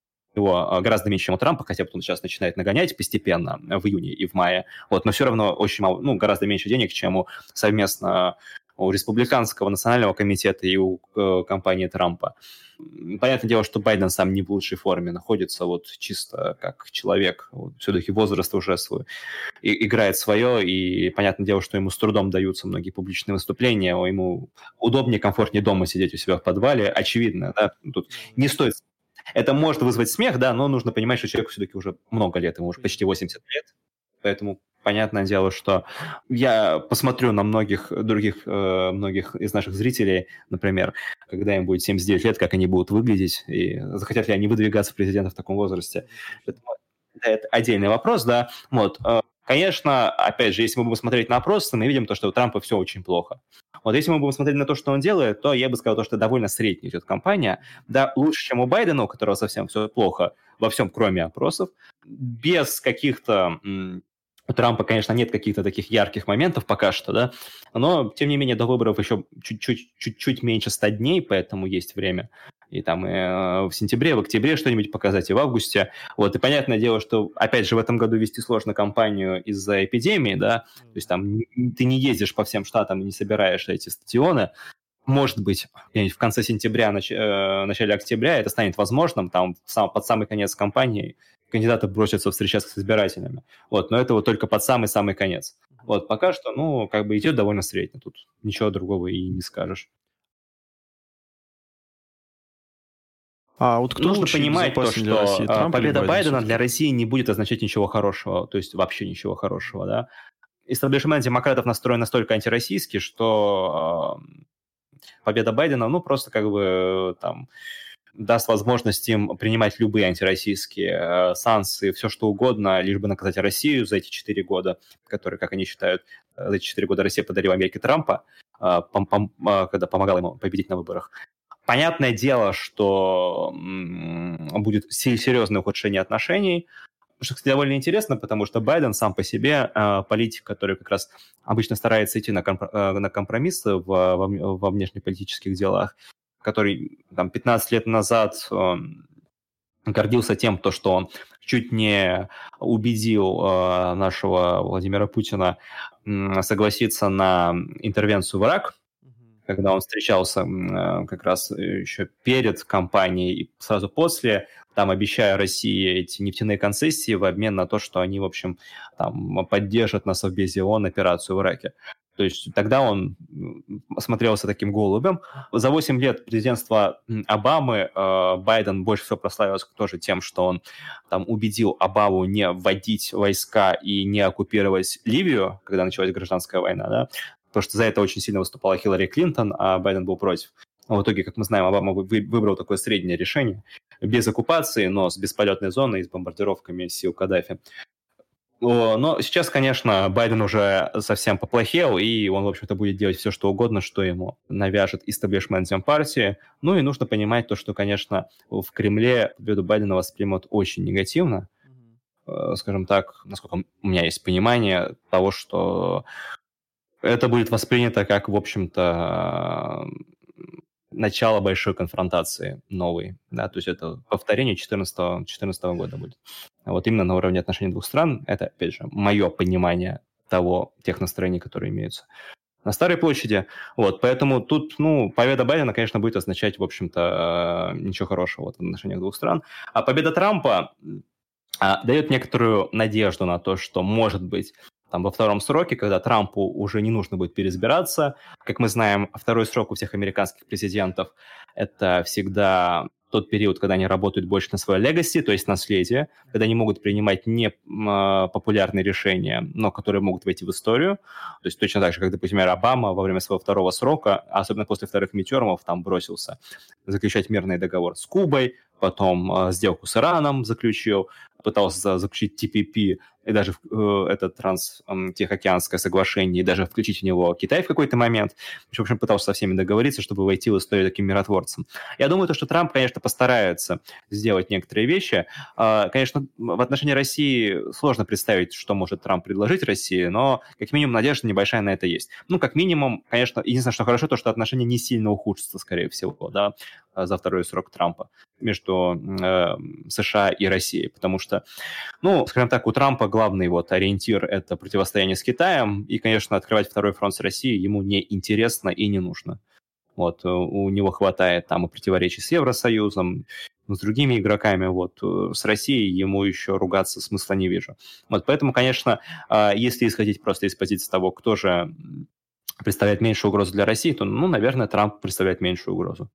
[SPEAKER 2] его гораздо меньше, чем у Трампа, хотя бы он сейчас начинает нагонять постепенно в июне и в мае, вот, но все равно очень мало, ну, гораздо меньше денег, чем у совместно у Республиканского национального комитета и у э, компании Трампа. Понятное дело, что Байден сам не в лучшей форме находится, вот чисто как человек, вот, все-таки возраст уже свой, и, играет свое, и понятное дело, что ему с трудом даются многие публичные выступления, ему удобнее, комфортнее дома сидеть у себя в подвале, очевидно, да, тут не стоит. Это может вызвать смех, да, но нужно понимать, что человеку все-таки уже много лет, ему уже почти восемьдесят лет, поэтому понятное дело, что я посмотрю на многих других, э, многих из наших зрителей, например, когда им будет семьдесят девять лет, как они будут выглядеть, и захотят ли они выдвигаться в президенты в таком возрасте. Это, это отдельный вопрос, да. Вот. Конечно, опять же, если мы будем смотреть на опросы, мы видим то, что у Трампа все очень плохо. Вот если мы будем смотреть на то, что он делает, то я бы сказал, то, что довольно средняя идет кампания. Да, лучше, чем у Байдена, у которого совсем все плохо во всем, кроме опросов, без каких-то... У Трампа, конечно, нет каких-то таких ярких моментов пока что, да, но, тем не менее, до выборов еще чуть-чуть, чуть-чуть меньше ста дней, поэтому есть время и там и в сентябре, в октябре что-нибудь показать, и в августе. Вот, и понятное дело, что, опять же, в этом году вести сложно кампанию из-за эпидемии, да, то есть там ты не ездишь по всем штатам и не собираешь эти стадионы. Может быть, в конце сентября, нач... э, начале октября это станет возможным, там сам, под самый конец кампании кандидаты бросятся встречаться с избирателями. Вот, но это вот только под самый-самый конец. Вот, пока что, ну, как бы идет довольно средне, тут ничего другого и не скажешь. А вот кто нужно понимать то, что России, Трамп победа Байдена для России не будет означать ничего хорошего, то есть вообще ничего хорошего, да. Истеблишмент демократов настроен настолько антироссийски, что э, победа Байдена, ну, просто как бы там даст возможность им принимать любые антироссийские э, санкции, все что угодно, лишь бы наказать Россию за эти четыре года, которые, как они считают, за эти четыре года Россия подарила Америке Трампа, э, пом- пом- э, когда помогала ему победить на выборах. Понятное дело, что м- будет серьезное ухудшение отношений, что, кстати, довольно интересно, потому что Байден сам по себе э, политик, который как раз обычно старается идти на, комп- э, на компромиссы в, во, во внешнеполитических делах, который там пятнадцать лет назад э, гордился тем, то, что он чуть не убедил э, нашего Владимира Путина э, согласиться на интервенцию в Ирак, когда он встречался э, как раз еще перед кампанией и сразу после, там обещая России эти нефтяные концессии в обмен на то, что они, в общем, там, поддержат на Совбезе ООН операцию в Ираке. То есть тогда он смотрелся таким голубем. За восемь лет президентства Обамы Байден больше всего прославился тоже тем, что он там убедил Обаму не вводить войска и не оккупировать Ливию, когда началась гражданская война, да, потому что за это очень сильно выступала Хиллари Клинтон, а Байден был против. В итоге, как мы знаем, Обама выбрал такое среднее решение, без оккупации, но с бесполетной зоной и с бомбардировками сил Каддафи. Но сейчас, конечно, Байден уже совсем поплохел, и он, в общем-то, будет делать все, что угодно, что ему навяжет истеблишмент Демпартии. Ну и нужно понимать то, что, конечно, в Кремле победу Байдена воспримут очень негативно. Mm-hmm. Скажем так, насколько у меня есть понимание того, что это будет воспринято как, в общем-то, начало большой конфронтации новой, да, то есть это повторение две тысячи четырнадцатого года будет. Вот именно на уровне отношений двух стран, это, опять же, мое понимание того, тех настроений, которые имеются на Старой площади. Вот, поэтому тут, ну, победа Байдена, конечно, будет означать, в общем-то, ничего хорошего вот, в отношениях двух стран. А победа Трампа а, дает некоторую надежду на то, что, может быть, там, во втором сроке, когда Трампу уже не нужно будет переизбираться. Как мы знаем, второй срок у всех американских президентов – это всегда тот период, когда они работают больше на свое легаси, то есть наследие, когда они могут принимать не популярные решения, но которые могут войти в историю. То есть точно так же, как, например, Обама во время своего второго срока, особенно после вторых мидтермов, там бросился заключать мирный договор с Кубой, потом э, сделку с Ираном заключил, пытался заключить ти пи пи, и даже э, это транс-тихоокеанское соглашение, и даже включить в него Китай в какой-то момент. В общем, пытался со всеми договориться, чтобы войти в историю таким миротворцем. Я думаю, то, что Трамп, конечно, постарается сделать некоторые вещи. Э, конечно, в отношении России сложно представить, что может Трамп предложить России, но как минимум надежда небольшая на это есть. Ну, как минимум, конечно, единственное, что хорошо, то, что отношения не сильно ухудшатся, скорее всего, да, за второй срок Трампа между э, США и Россией, потому что, ну, скажем так, у Трампа главный вот ориентир – это противостояние с Китаем, и, конечно, открывать второй фронт с Россией ему не интересно и не нужно. Вот, у него хватает там и противоречий с Евросоюзом, с другими игроками, вот, с Россией ему еще ругаться смысла не вижу. Вот, поэтому, конечно, если исходить просто из позиции того, кто же представляет меньшую угрозу для России, то, ну, наверное, Трамп представляет меньшую угрозу.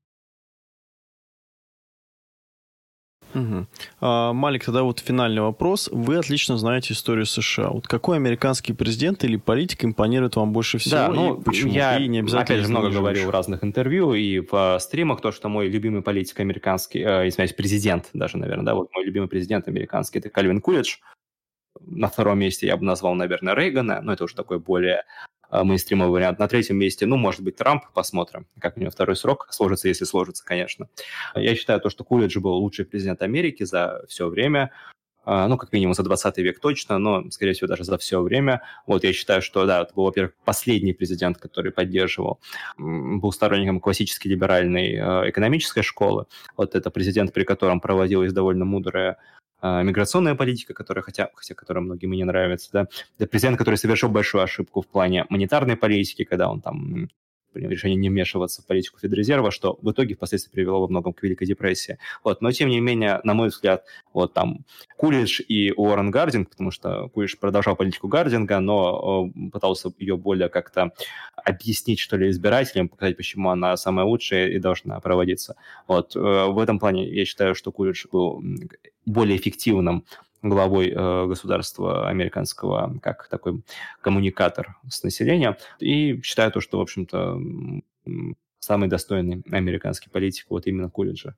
[SPEAKER 1] Угу. А, Малик, тогда вот финальный вопрос. Вы отлично знаете историю США. Вот какой американский президент или политик импонирует вам больше всего?
[SPEAKER 2] Да, ну,
[SPEAKER 1] и почему?
[SPEAKER 2] Я,
[SPEAKER 1] и не обязательно
[SPEAKER 2] опять же, много говорил в разных интервью и в стримах, то, что мой любимый политик американский, э, извиняюсь, президент даже, наверное, да, вот мой любимый президент американский, это Кальвин Кулидж. На втором месте я бы назвал, наверное, Рейгана, но это уже такой более мейнстримовый вариант. На третьем месте, ну, может быть, Трамп, посмотрим, как у него второй срок сложится, если сложится, конечно. Я считаю, то, что Кулидж был лучший президент Америки за все время, ну, как минимум за двадцатый век точно, но, скорее всего, даже за все время. Вот, я считаю, что, да, это был, во-первых, последний президент, который поддерживал, был сторонником классической либеральной экономической школы. Вот это президент, при котором проводилась довольно мудрая миграционная политика, которая, хотя, хотя которая многим и не нравится, да, это президент, который совершил большую ошибку в плане монетарной политики, когда он там принял решение не вмешиваться в политику Федрезерва, что в итоге впоследствии привело во многом к Великой депрессии. Вот. Но, тем не менее, на мой взгляд, вот там Кулидж и Уоррен Гардинг, потому что Кулидж продолжал политику Гардинга, но э, пытался ее более как-то объяснить, что ли, избирателям, показать, почему она самая лучшая и должна проводиться. Вот. Э, в этом плане я считаю, что Кулидж был более эффективным главой э, государства американского, как такой коммуникатор с населением. И считаю то, что, в общем-то, самый достойный американский политик вот именно Кулиджа.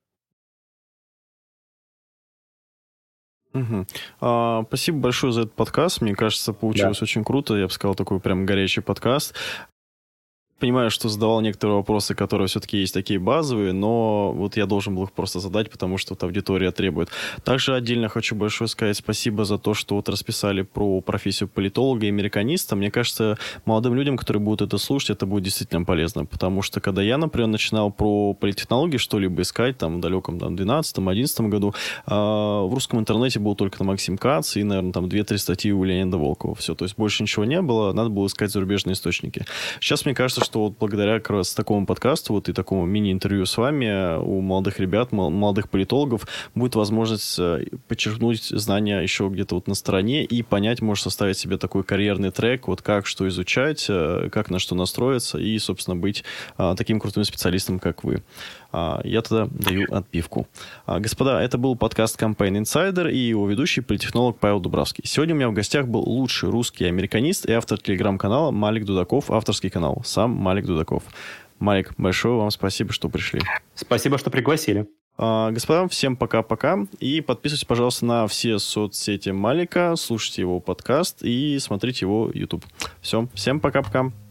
[SPEAKER 1] Угу. А, спасибо большое за этот подкаст. Мне кажется, получилось да. очень круто. Я бы сказал, такой прям горячий подкаст. Понимаю, что задавал некоторые вопросы, которые все-таки есть такие базовые, но вот я должен был их просто задать, потому что вот аудитория требует. Также отдельно хочу большое сказать спасибо за то, что вот расписали про профессию политолога и американиста. Мне кажется, молодым людям, которые будут это слушать, это будет действительно полезно, потому что когда я, например, начинал про политтехнологии что-либо искать, там, в далеком там, двенадцатом-одиннадцатом году, э, в русском интернете был только на Максим Кац и, наверное, там две-три статьи у Леонида Волкова. Все, то есть больше ничего не было, надо было искать зарубежные источники. Сейчас, мне кажется, что что вот благодаря как раз такому подкасту вот и такому мини-интервью с вами у молодых ребят, молодых политологов будет возможность подчеркнуть знания еще где-то вот на стороне и понять, может составить себе такой карьерный трек, вот как что изучать, как на что настроиться и, собственно, быть таким крутым специалистом, как вы. Я тогда даю отбивку. Господа, это был подкаст Campaign Insider и его ведущий политтехнолог Павел Дубравский. Сегодня у меня в гостях был лучший русский американист и автор телеграм-канала Малик Дудаков, авторский канал, сам Малик Дудаков. Малик, большое вам спасибо, что пришли.
[SPEAKER 2] Спасибо, что пригласили.
[SPEAKER 1] Господа, всем пока-пока. И подписывайтесь, пожалуйста, на все соцсети Малика, слушайте его подкаст и смотрите его YouTube. Все, всем пока-пока.